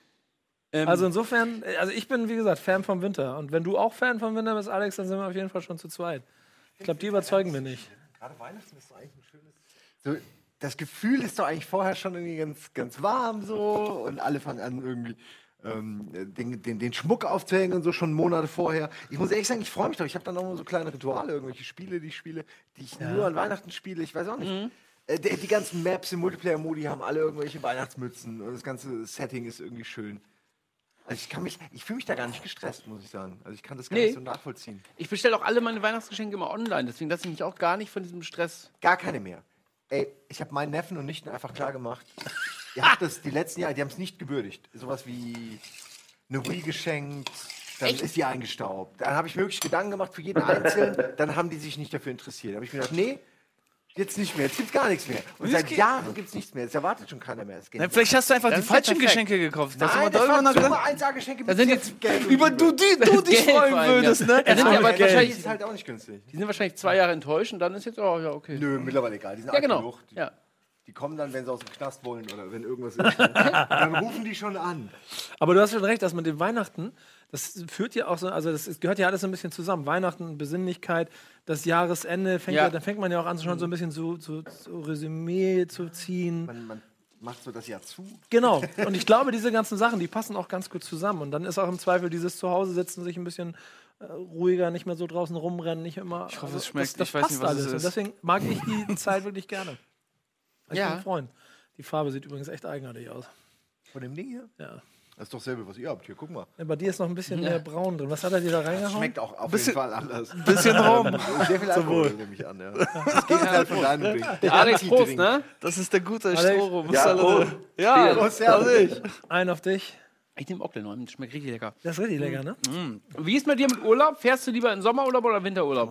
Speaker 1: Ähm,
Speaker 2: Also insofern, also ich bin, wie gesagt, Fan vom Winter. Und wenn du auch Fan vom Winter bist, Alex, dann sind wir auf jeden Fall schon zu zweit. Ich glaube, die überzeugen wir nicht.
Speaker 4: Gerade Weihnachten ist doch eigentlich ein schönes. So, das Gefühl ist doch eigentlich vorher schon irgendwie ganz, ganz warm so und alle fangen an irgendwie ähm, den, den, den Schmuck aufzuhängen und so schon Monate vorher. Ich muss ehrlich sagen, ich freue mich doch. Ich habe dann auch immer so kleine Rituale, irgendwelche Spiele, die ich spiele, die ich nur an Weihnachten spiele. Ich weiß auch nicht.
Speaker 1: Mhm.
Speaker 4: Äh, die, die ganzen Maps im Multiplayer-Modi haben alle irgendwelche Weihnachtsmützen und das ganze Setting ist irgendwie schön. Also ich kann mich, ich fühle mich da gar nicht gestresst, muss ich sagen. Also ich kann das gar
Speaker 1: Nee.
Speaker 4: nicht so nachvollziehen.
Speaker 1: Ich bestelle auch alle meine Weihnachtsgeschenke immer online, deswegen lasse ich mich auch gar nicht von diesem Stress.
Speaker 4: Gar keine mehr. Ey, ich habe meinen Neffen und Nichten einfach klar gemacht, ihr habt das die letzten Jahre, die haben es nicht gewürdigt. Sowas wie eine Wii geschenkt, dann
Speaker 1: Echt?
Speaker 4: ist die eingestaubt. Dann habe ich mir wirklich Gedanken gemacht für jeden Einzelnen, dann haben die sich nicht dafür interessiert. Da habe ich mir gedacht, nee, jetzt nicht mehr, jetzt gibt's gar nichts mehr. Und seit Jahren gibt's nichts mehr, jetzt erwartet schon keiner mehr. Es geht
Speaker 3: Na, vielleicht hast du einfach
Speaker 1: Das
Speaker 3: die
Speaker 1: ist ja
Speaker 3: falschen
Speaker 1: perfekt.
Speaker 3: Geschenke gekauft. Das
Speaker 4: Nein,
Speaker 3: war
Speaker 4: das
Speaker 3: da
Speaker 4: waren
Speaker 3: immer
Speaker 4: super
Speaker 3: noch
Speaker 4: eins A-Geschenke
Speaker 1: Da
Speaker 4: mit
Speaker 1: sind
Speaker 4: sehr
Speaker 1: jetzt
Speaker 4: viel Geld. und
Speaker 3: über
Speaker 4: Liebe.
Speaker 3: du, die, du dich
Speaker 1: Geld vor
Speaker 3: freuen
Speaker 1: allem,
Speaker 3: würdest,
Speaker 1: ja.
Speaker 3: ne?
Speaker 1: Ja, sind
Speaker 2: Ja,
Speaker 1: die aber
Speaker 2: Geld.
Speaker 1: wahrscheinlich,
Speaker 4: Das ist halt auch nicht günstig.
Speaker 1: die sind wahrscheinlich zwei Jahre enttäuscht und dann ist jetzt, oh ja, okay.
Speaker 4: Nö, mittlerweile egal. Die sind
Speaker 1: Ja,
Speaker 4: alt
Speaker 1: genau.
Speaker 4: genug. Die,
Speaker 1: Ja.
Speaker 4: die kommen dann, wenn sie aus dem Knast wollen oder wenn irgendwas ist. Dann rufen die schon an.
Speaker 2: Aber du hast schon recht, dass mit dem Weihnachten, das führt ja auch so, also das ist, gehört ja alles so ein bisschen zusammen. Weihnachten, Besinnlichkeit, das Jahresende, fängt ja.
Speaker 1: Ja.
Speaker 2: dann fängt man ja auch an, schon so ein bisschen zu, zu, zu Resümee zu ziehen.
Speaker 4: Man, man macht so das Jahr zu.
Speaker 2: Genau. Und ich glaube, diese ganzen Sachen, die passen auch ganz gut zusammen. Und dann ist auch im Zweifel dieses Zuhause sitzen, sich ein bisschen äh, ruhiger, nicht mehr so draußen rumrennen, nicht immer.
Speaker 3: Ich hoffe,
Speaker 2: also
Speaker 3: es schmeckt.
Speaker 2: Das, das
Speaker 3: Ich weiß
Speaker 2: passt
Speaker 3: nicht, was
Speaker 2: alles.
Speaker 3: es
Speaker 2: Und
Speaker 3: ist.
Speaker 2: deswegen mag ich die Zeit wirklich gerne. Ich
Speaker 1: Ja.
Speaker 2: bin ein Freund. Die Farbe sieht übrigens echt eigenartig aus.
Speaker 4: Von dem Ding hier?
Speaker 2: Ja.
Speaker 4: Das ist doch selber, was ihr habt. Hier, guck mal.
Speaker 2: Ja, bei dir ist noch ein bisschen mehr braun drin. Was hat er dir da reingehauen?
Speaker 4: Schmeckt auch auf
Speaker 3: Bisschen-
Speaker 4: jeden Fall anders.
Speaker 3: Bisschen Raum.
Speaker 4: Sehr viel Alkohol, nehme ich an. Ja. Das Gegenteil von deinem Ding. Der
Speaker 1: Alex, Prost,
Speaker 4: Anti-Drink.
Speaker 1: ne?
Speaker 3: Das ist der gute
Speaker 2: Alex?
Speaker 3: Strohrum.
Speaker 5: Ja, Prost.
Speaker 3: Ja,
Speaker 4: Prost,
Speaker 3: also
Speaker 4: ja.
Speaker 3: ich.
Speaker 2: Ein auf dich.
Speaker 1: Ich nehme auch gleich noch einen, schmeckt richtig lecker.
Speaker 2: Das ist richtig lecker, ne?
Speaker 1: Und wie ist mit dir mit Urlaub? Fährst du lieber in Sommerurlaub oder Winterurlaub?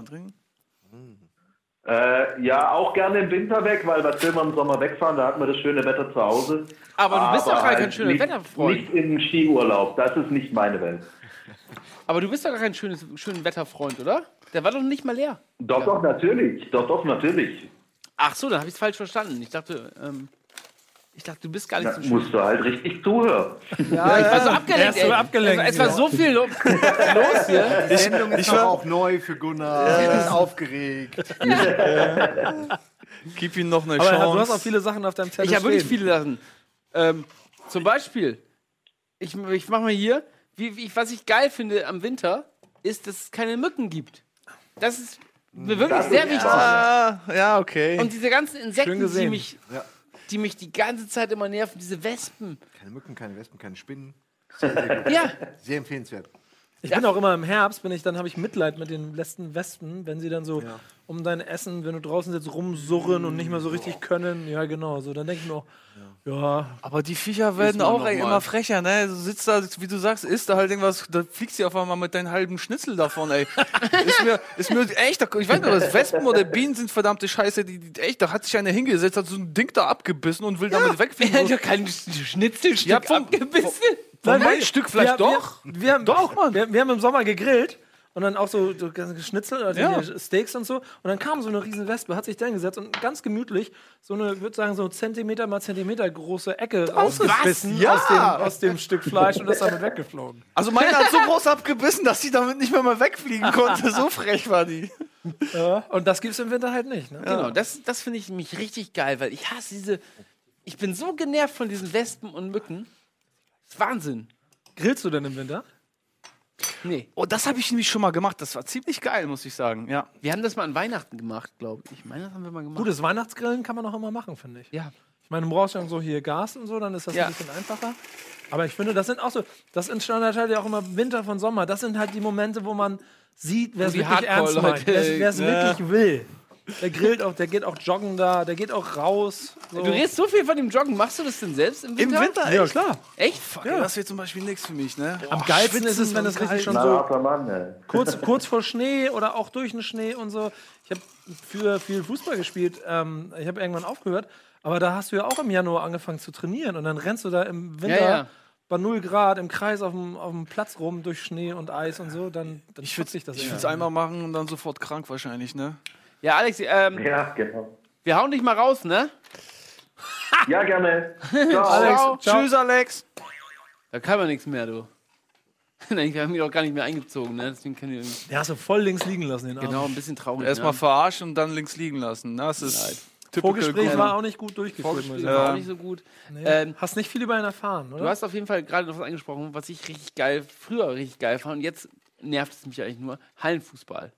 Speaker 5: Äh, ja, auch gerne im Winter weg, weil was will man im Sommer wegfahren? Da hat man das schöne Wetter zu Hause.
Speaker 1: Aber du bist doch gar kein
Speaker 5: halt
Speaker 1: schöner
Speaker 5: nicht,
Speaker 1: Wetterfreund.
Speaker 5: Nicht im Skiurlaub, das ist nicht meine Welt.
Speaker 1: Aber du bist doch gar kein schönes, schönen Wetterfreund, oder? Der war doch nicht mal leer.
Speaker 5: Doch, doch, natürlich. Doch, doch, natürlich.
Speaker 1: Ach so, dann habe ich es falsch verstanden. Ich dachte, ähm, ich dachte, du bist gar nicht
Speaker 5: Da
Speaker 1: so schön.
Speaker 5: musst du halt richtig zuhören.
Speaker 1: Ja, ich war so
Speaker 2: Er
Speaker 1: abgelenkt.
Speaker 2: ist so
Speaker 1: ey.
Speaker 2: abgelenkt,
Speaker 1: Es, es war
Speaker 2: ja.
Speaker 1: so viel lo los hier.
Speaker 4: Die Sendung ist doch auch neu für Gunnar. Er ist aufgeregt.
Speaker 3: Gib ihm noch eine
Speaker 2: Aber
Speaker 3: Chance.
Speaker 2: du hast auch viele Sachen auf deinem Zettel
Speaker 1: Ich habe wirklich
Speaker 2: stehen.
Speaker 1: viele Sachen. Ähm, zum Beispiel, ich, ich mache mal hier, wie, wie, was ich geil finde am Winter, ist, dass es keine Mücken gibt. Das ist mir wirklich
Speaker 5: Das
Speaker 1: sehr
Speaker 5: ist-
Speaker 1: wichtig.
Speaker 3: Ah, ja, okay.
Speaker 1: Und diese ganzen
Speaker 2: Schön
Speaker 1: Insekten, die
Speaker 2: gesehen.
Speaker 1: mich,
Speaker 4: Ja.
Speaker 1: die mich die ganze Zeit immer nerven, diese Wespen.
Speaker 4: Keine Mücken, keine Wespen, keine Spinnen. Sehr, sehr, gut.
Speaker 1: Ja,
Speaker 4: Sehr empfehlenswert.
Speaker 2: Ich bin auch immer im Herbst, bin ich, dann habe ich Mitleid mit den letzten Wespen, wenn sie dann so
Speaker 4: Ja.
Speaker 2: um dein Essen, wenn du draußen sitzt, rumsurren und nicht mehr so richtig können. Ja, genau. So, dann denke ich mir auch, ja,
Speaker 3: Aber die Viecher werden
Speaker 1: man
Speaker 3: auch
Speaker 1: noch
Speaker 3: ey,
Speaker 1: mal.
Speaker 3: immer frecher, ne? Du sitzt da, wie du sagst, isst da halt irgendwas, da fliegst du auf einmal mit deinen halben Schnitzel davon, ey. ist mir, ist mir echt, ich weiß nicht, was Wespen oder Bienen sind verdammte Scheiße, die, die echt, da hat sich einer hingesetzt, hat so ein Ding da abgebissen und will damit
Speaker 1: er
Speaker 3: wegfliegen.
Speaker 1: hat ja kein Schnitzelstück
Speaker 3: Ja, vom-
Speaker 1: abgebissen.
Speaker 3: Von
Speaker 2: Nein,
Speaker 3: mein
Speaker 2: wir-
Speaker 3: Stück vielleicht
Speaker 2: wir,
Speaker 3: doch.
Speaker 2: Wir, wir haben,
Speaker 3: Doch, Mann.
Speaker 2: Wir, wir haben im Sommer gegrillt und dann auch so, so geschnitzelt, also
Speaker 3: Ja.
Speaker 2: hier Steaks und so. Und dann kam so eine riesen Wespe, hat sich da hingesetzt und ganz gemütlich so eine, ich würde sagen, so Zentimeter mal Zentimeter große Ecke rausgebissen
Speaker 3: Ja.
Speaker 2: aus, dem, aus dem Stück Fleisch und ist damit weggeflogen.
Speaker 3: Also meine hat so groß abgebissen, dass sie damit nicht mehr mal wegfliegen konnte. So frech war die.
Speaker 2: Ja. Und das gibt's im Winter halt nicht. Ne?
Speaker 1: Genau, das, das finde ich mich richtig geil, weil ich hasse diese. Ich bin so genervt von diesen Wespen und Mücken. Das ist Wahnsinn.
Speaker 2: Grillst du denn im Winter?
Speaker 1: Nee.
Speaker 3: Oh, das habe ich nämlich schon mal gemacht. Das war ziemlich geil, muss ich sagen. Ja.
Speaker 1: Wir haben das mal an Weihnachten gemacht, glaube ich. Ich meine, das haben wir mal gemacht.
Speaker 2: Gutes Weihnachtsgrillen kann man auch immer machen, finde ich.
Speaker 1: Ja.
Speaker 2: Ich meine, du brauchst ja so hier Gas und so, dann ist das
Speaker 1: Ja.
Speaker 2: ein bisschen einfacher. Aber ich finde, das sind auch so, das entscheidet halt ja auch immer Winter von Sommer. Das sind halt die Momente, wo man sieht, wer es
Speaker 1: die
Speaker 2: wirklich ernst meint,
Speaker 1: Hardcore-Leute,
Speaker 2: wer es
Speaker 1: ja.
Speaker 2: wirklich will. Der grillt auch, der geht auch joggen da, der geht auch raus. So.
Speaker 1: Du redest so viel von dem Joggen. Machst du das denn selbst im Winter?
Speaker 3: Im Winter,
Speaker 2: Ja,
Speaker 3: echt?
Speaker 2: klar.
Speaker 1: Echt?
Speaker 3: Fuck,
Speaker 2: Ja.
Speaker 3: das wäre zum Beispiel nichts für mich, ne?
Speaker 2: Am geilsten ist es, wenn es richtig schon
Speaker 5: Na,
Speaker 2: so
Speaker 5: harter Mann, ey.
Speaker 2: kurz, kurz vor Schnee oder auch durch den Schnee und so. Ich habe früher viel Fußball gespielt. Ähm, ich habe irgendwann aufgehört. Aber da hast du ja auch im Januar angefangen zu trainieren. Und dann rennst du da im Winter
Speaker 1: Ja, ja.
Speaker 2: bei null Grad im Kreis auf dem, auf dem Platz rum durch Schnee und Eis und so. Dann, dann
Speaker 3: Ich
Speaker 2: schützt sich das
Speaker 3: Ich
Speaker 2: eher.
Speaker 3: würde es einmal machen und dann sofort krank wahrscheinlich, ne?
Speaker 1: Ja, Alex, ähm,
Speaker 5: Ja, genau.
Speaker 1: wir hauen dich mal raus, ne?
Speaker 5: Ja, gerne. Ciao.
Speaker 1: Alex, ciao.
Speaker 3: Tschüss, Alex.
Speaker 1: Da kann man nichts mehr, du. Nein, ich habe mich auch gar nicht mehr eingezogen, ne? Deswegen kann ich irgendwie.
Speaker 2: Der hast du voll links liegen lassen, den Arm.
Speaker 1: Genau, ein bisschen traurig.
Speaker 3: Erstmal
Speaker 1: ne?
Speaker 3: verarschen und dann links liegen lassen. Das ist typical
Speaker 2: Vorgespräch
Speaker 3: Gunnar.
Speaker 2: war auch nicht gut durchgeführt. muss ich
Speaker 1: Vorgespräch
Speaker 2: sagen.
Speaker 1: war
Speaker 3: Ja.
Speaker 1: auch nicht so gut.
Speaker 2: Nee.
Speaker 1: Ähm,
Speaker 2: Hast nicht viel über ihn erfahren, oder?
Speaker 1: Du hast auf jeden Fall gerade noch was angesprochen, was ich richtig geil, früher richtig geil fand und jetzt nervt es mich eigentlich nur. Hallenfußball.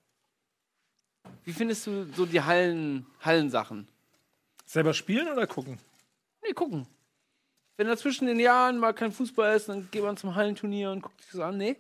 Speaker 1: Wie findest du so die Hallen, Hallensachen?
Speaker 2: Selber spielen oder gucken?
Speaker 1: Nee, gucken. Wenn da zwischen den Jahren mal kein Fußball ist, dann geht man zum Hallenturnier und guckt sich das an. Nee.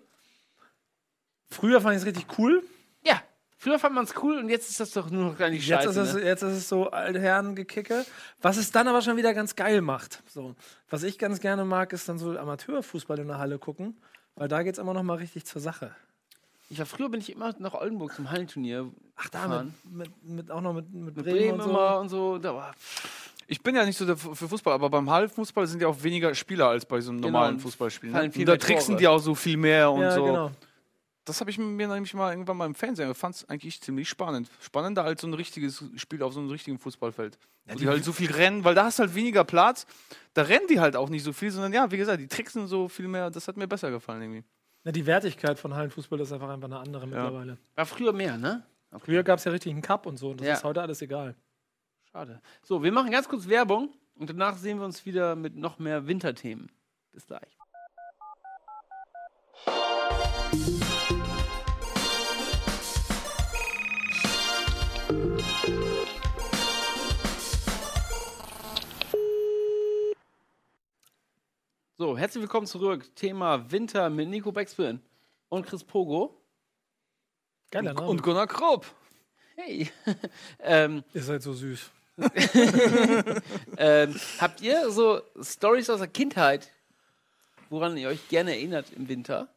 Speaker 2: Früher fand ich es richtig cool.
Speaker 1: Ja, früher fand man es cool und jetzt ist das doch nur noch gar nicht
Speaker 2: Jetzt
Speaker 1: scheiße.
Speaker 2: ist, es,
Speaker 1: ne?
Speaker 2: jetzt ist es so Altherrengekicke. Was es dann aber schon wieder ganz geil macht. So. Was ich ganz gerne mag, ist dann so Amateurfußball in der Halle gucken. Weil da geht es immer noch mal richtig zur Sache.
Speaker 1: Ich war früher bin ich immer nach Oldenburg zum Hallenturnier.
Speaker 2: Ach, da
Speaker 1: gefahren.
Speaker 2: mit, mit, mit, auch noch mit, mit,
Speaker 1: Mit
Speaker 2: Bremen,
Speaker 1: Bremen
Speaker 2: und so.
Speaker 1: immer und so. Da war
Speaker 3: Ich bin ja nicht so der Fu- für Fußball, aber beim Hallenfußball sind ja auch weniger Spieler als bei so einem normalen
Speaker 1: Genau.
Speaker 3: Fußballspiel.
Speaker 1: Fallen
Speaker 3: Ne?
Speaker 1: viel
Speaker 3: Und da
Speaker 1: mehr
Speaker 3: tricksen
Speaker 1: Tore.
Speaker 3: die auch so viel mehr und
Speaker 2: Ja,
Speaker 3: so.
Speaker 2: genau.
Speaker 3: Das habe ich mir nämlich mal irgendwann mal im Fernsehen. Ich fand es eigentlich ziemlich spannend. Spannender als so ein richtiges Spiel auf so einem richtigen Fußballfeld. Wo die, halt so viel rennen, weil da hast du halt weniger Platz. Da rennen die halt auch nicht so viel, sondern ja, wie gesagt, die tricksen so viel mehr. Das hat mir besser gefallen irgendwie.
Speaker 2: Ja, die Wertigkeit von Hallenfußball ist einfach, einfach eine andere mittlerweile.
Speaker 1: war früher mehr, ne?
Speaker 2: Früher gab es ja richtig einen Cup und so. Und das
Speaker 1: Ja.
Speaker 2: ist heute alles egal.
Speaker 1: Schade. So, wir machen ganz kurz Werbung und danach sehen wir uns wieder mit noch mehr Winterthemen. Bis gleich. So, herzlich willkommen zurück. Thema Winter mit Nico Beckspin und Chris Pogo.
Speaker 2: Geiler Name.
Speaker 3: Und Gunnar Kropp.
Speaker 1: Hey. ähm,
Speaker 2: Ihr seid so süß.
Speaker 1: ähm, habt ihr so Stories aus der Kindheit, woran ihr euch gerne erinnert im Winter?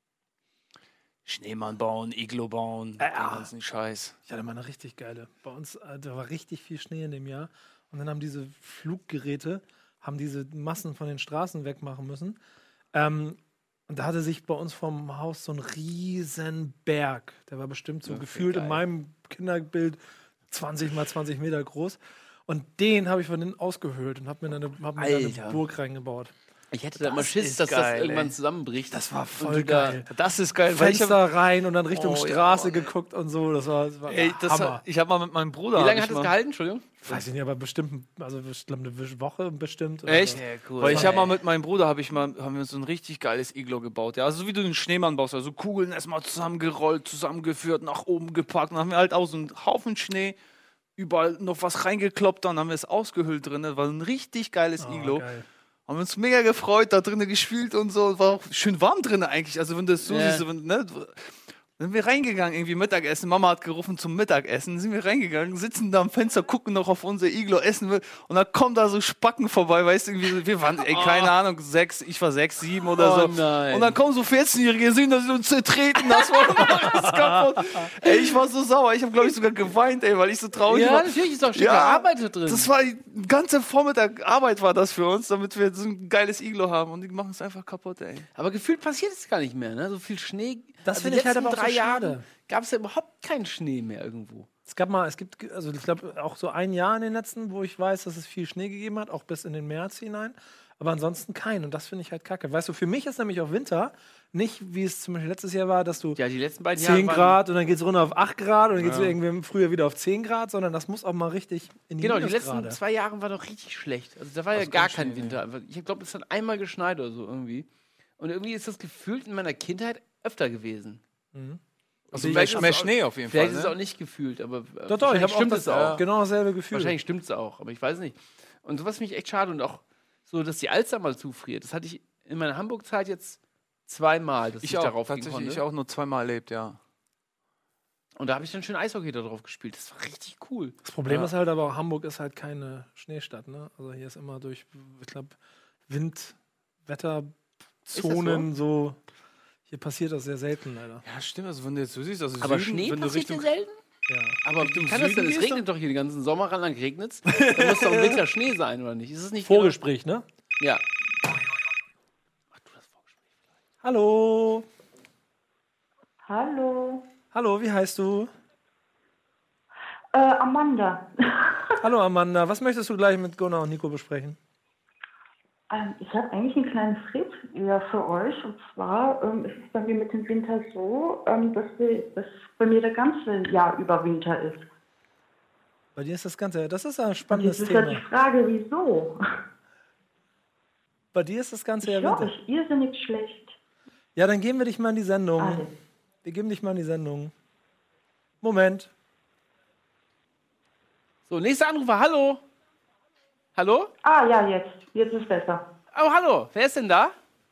Speaker 3: Schneemann bauen, Iglo bauen, den ganzen Scheiß.
Speaker 2: Ich hatte mal eine richtig geile. Bei uns, äh, da war richtig viel Schnee in dem Jahr. Und dann haben diese Fluggeräte, haben diese Massen von den Straßen wegmachen müssen. Ähm, und da hatte sich bei uns vom Haus so ein riesen Berg. Der war bestimmt so gefühlt in meinem Kinderbild zwanzig mal zwanzig Meter groß. Und den habe ich von innen ausgehöhlt und habe mir eine, hab mir da
Speaker 1: Alter.
Speaker 2: eine Burg reingebaut.
Speaker 1: Ich hätte da immer
Speaker 3: Das
Speaker 1: Schiss,
Speaker 3: ist
Speaker 1: dass das
Speaker 3: geil,
Speaker 1: irgendwann
Speaker 3: ey.
Speaker 1: zusammenbricht.
Speaker 2: Das war
Speaker 1: Und
Speaker 2: voll
Speaker 1: du da-
Speaker 2: geil.
Speaker 3: Das ist geil, weil ich hab,
Speaker 2: Fenster rein und dann Richtung
Speaker 3: Oh, ja,
Speaker 2: Straße
Speaker 3: ey.
Speaker 2: geguckt und so. Das war, das war
Speaker 3: ey, das
Speaker 2: Hammer.
Speaker 3: hat, ich habe mal mit meinem Bruder.
Speaker 1: Wie
Speaker 3: hab
Speaker 1: lange
Speaker 3: ich
Speaker 1: hat es
Speaker 3: mal-
Speaker 1: gehalten? Entschuldigung.
Speaker 2: Weiß ich nicht, aber bestimmt, also ich glaube eine Woche bestimmt. oder
Speaker 3: Echt?
Speaker 2: so.
Speaker 1: Sehr cool.
Speaker 3: Weil ich habe mal mit meinem Bruder habe ich mal haben wir so ein richtig geiles Iglo gebaut. Ja, also so wie du den Schneemann baust, also Kugeln erstmal zusammengerollt, zusammengeführt, nach oben gepackt, dann haben wir halt auch so einen Haufen Schnee, überall noch was reingekloppt, dann haben wir es ausgehöhlt drin. Das war ein richtig geiles
Speaker 2: Oh,
Speaker 3: Iglo.
Speaker 2: geil.
Speaker 3: Haben uns mega gefreut, da drinnen gespielt und so. War auch schön warm drinnen eigentlich. Also wenn du das so
Speaker 1: Ja.
Speaker 3: siehst, wenn, ne, dann sind wir reingegangen, irgendwie Mittagessen. Mama hat gerufen zum Mittagessen. Sind wir reingegangen, sitzen da am Fenster, gucken noch auf unser Iglo, essen wir. Und dann kommen da so Spacken vorbei, weißt du, irgendwie so, wir waren, ey, keine Ahnung, sechs, ich war sechs, sieben oder
Speaker 1: Oh
Speaker 3: so.
Speaker 1: nein.
Speaker 3: Und dann kommen so vierzehnjährige, sehen, dass sie uns zertreten. Das war alles kaputt. Ey, ich war so sauer. Ich habe, glaube ich, sogar geweint, ey, weil ich so traurig
Speaker 1: Ja,
Speaker 3: war.
Speaker 1: natürlich ist auch Stück
Speaker 3: Ja,
Speaker 1: Arbeit da drin.
Speaker 3: Das war die ganze Vormittag Arbeit war das für uns, damit wir so ein geiles Iglo haben. Und die machen es einfach kaputt, ey.
Speaker 1: aber gefühlt passiert es gar nicht mehr, ne? So viel Schnee.
Speaker 2: Das
Speaker 1: Also
Speaker 2: finde
Speaker 1: die
Speaker 2: ich halt
Speaker 1: letzten
Speaker 2: aber auch
Speaker 1: drei
Speaker 2: so
Speaker 1: Jahre
Speaker 2: schade.
Speaker 1: gab es ja überhaupt keinen Schnee mehr irgendwo.
Speaker 2: Es gab mal, es gibt, also ich glaube auch so ein Jahr in den letzten, wo ich weiß, dass es viel Schnee gegeben hat, auch bis in den März hinein. Aber ansonsten kein. Und das finde ich halt kacke. Weißt du, für mich ist nämlich auch Winter nicht, wie es zum Beispiel letztes Jahr war, dass du
Speaker 1: Ja, die letzten beiden Jahre
Speaker 2: zehn
Speaker 1: waren-
Speaker 2: Grad und dann geht es runter auf acht Grad und dann geht es irgendwie im Frühjahr wieder auf zehn Grad, sondern das muss auch mal richtig in die
Speaker 1: Genau, die letzten
Speaker 2: Minusgrade.
Speaker 1: zwei Jahre waren doch richtig schlecht. Also da war ja
Speaker 3: Also
Speaker 1: gar
Speaker 3: ganz
Speaker 1: kein
Speaker 3: Schnee,
Speaker 1: Winter. Einfach. Ich glaube, es hat einmal geschneit oder so irgendwie. Und irgendwie ist das gefühlt in meiner Kindheit öfter gewesen.
Speaker 3: Also
Speaker 1: vielleicht
Speaker 3: mehr,
Speaker 1: ist
Speaker 3: mehr
Speaker 1: es auch-
Speaker 3: Schnee auf jeden
Speaker 1: Vielleicht
Speaker 3: Fall.
Speaker 1: ist es
Speaker 3: Ne?
Speaker 1: auch nicht gefühlt, aber äh,
Speaker 2: Doch, doch, ich
Speaker 1: wahrscheinlich
Speaker 2: habe auch
Speaker 1: stimmt
Speaker 2: das
Speaker 1: es auch.
Speaker 2: genau dasselbe Gefühl.
Speaker 1: Wahrscheinlich stimmt es auch, aber ich weiß nicht. Und sowas finde ich echt schade und auch so, dass die Alster mal zufriert. Das hatte ich in meiner Hamburg-Zeit jetzt zweimal, dass ich,
Speaker 3: Ich auch,
Speaker 1: darauf gehen
Speaker 3: tatsächlich
Speaker 1: konnte.
Speaker 3: ich auch nur zweimal erlebt, ja.
Speaker 1: Und da habe ich dann schön Eishockey da drauf gespielt. Das war richtig cool.
Speaker 2: Das Problem
Speaker 1: Ja.
Speaker 2: ist halt aber auch, Hamburg ist halt keine Schneestadt, ne? Also hier ist immer durch, ich glaube, Wind, Wetterzonen so. Hier passiert das sehr selten, leider.
Speaker 3: Ja, stimmt. Also, wenn du jetzt so siehst, also
Speaker 1: Aber
Speaker 3: Süden,
Speaker 1: Schnee
Speaker 3: wenn du
Speaker 1: passiert
Speaker 3: Richtung.
Speaker 1: hier selten?
Speaker 2: Ja.
Speaker 1: Aber wie kann das
Speaker 3: Süden
Speaker 1: denn? Es
Speaker 3: gehst,
Speaker 1: regnet doch hier den ganzen Sommer ran, dann regnet es. Dann muss doch im Winter Schnee sein, oder nicht? Ist es nicht
Speaker 2: Vorgespräch, ne?
Speaker 1: Genau? Ja.
Speaker 2: Hallo.
Speaker 6: Hallo.
Speaker 2: Hallo, wie heißt du?
Speaker 6: Äh, Amanda.
Speaker 2: Hallo Amanda, was möchtest du gleich mit Gunnar und Nico besprechen?
Speaker 6: ähm, ich habe eigentlich ein kleines Rätsel eher für euch. Und zwar ähm, ist es bei mir mit dem Winter so, ähm, dass, wir, dass bei mir das ganze Jahr über Winter ist.
Speaker 2: Bei dir ist das Ganze, das ist ein
Speaker 6: Und
Speaker 2: spannendes
Speaker 6: jetzt ist ja
Speaker 2: Thema.
Speaker 6: die Frage, wieso?
Speaker 2: Bei dir ist das Ganze
Speaker 6: Ich
Speaker 2: ja
Speaker 6: höre
Speaker 2: Winter.
Speaker 6: euch irrsinnig schlecht.
Speaker 2: Ja, dann geben wir dich mal in die Sendung.
Speaker 6: Alles.
Speaker 2: Wir geben dich mal in die Sendung. Moment.
Speaker 1: So, nächster Anrufer. Hallo. Hallo?
Speaker 6: Ah ja, jetzt. Jetzt ist besser.
Speaker 1: Oh, hallo. Wer ist denn da?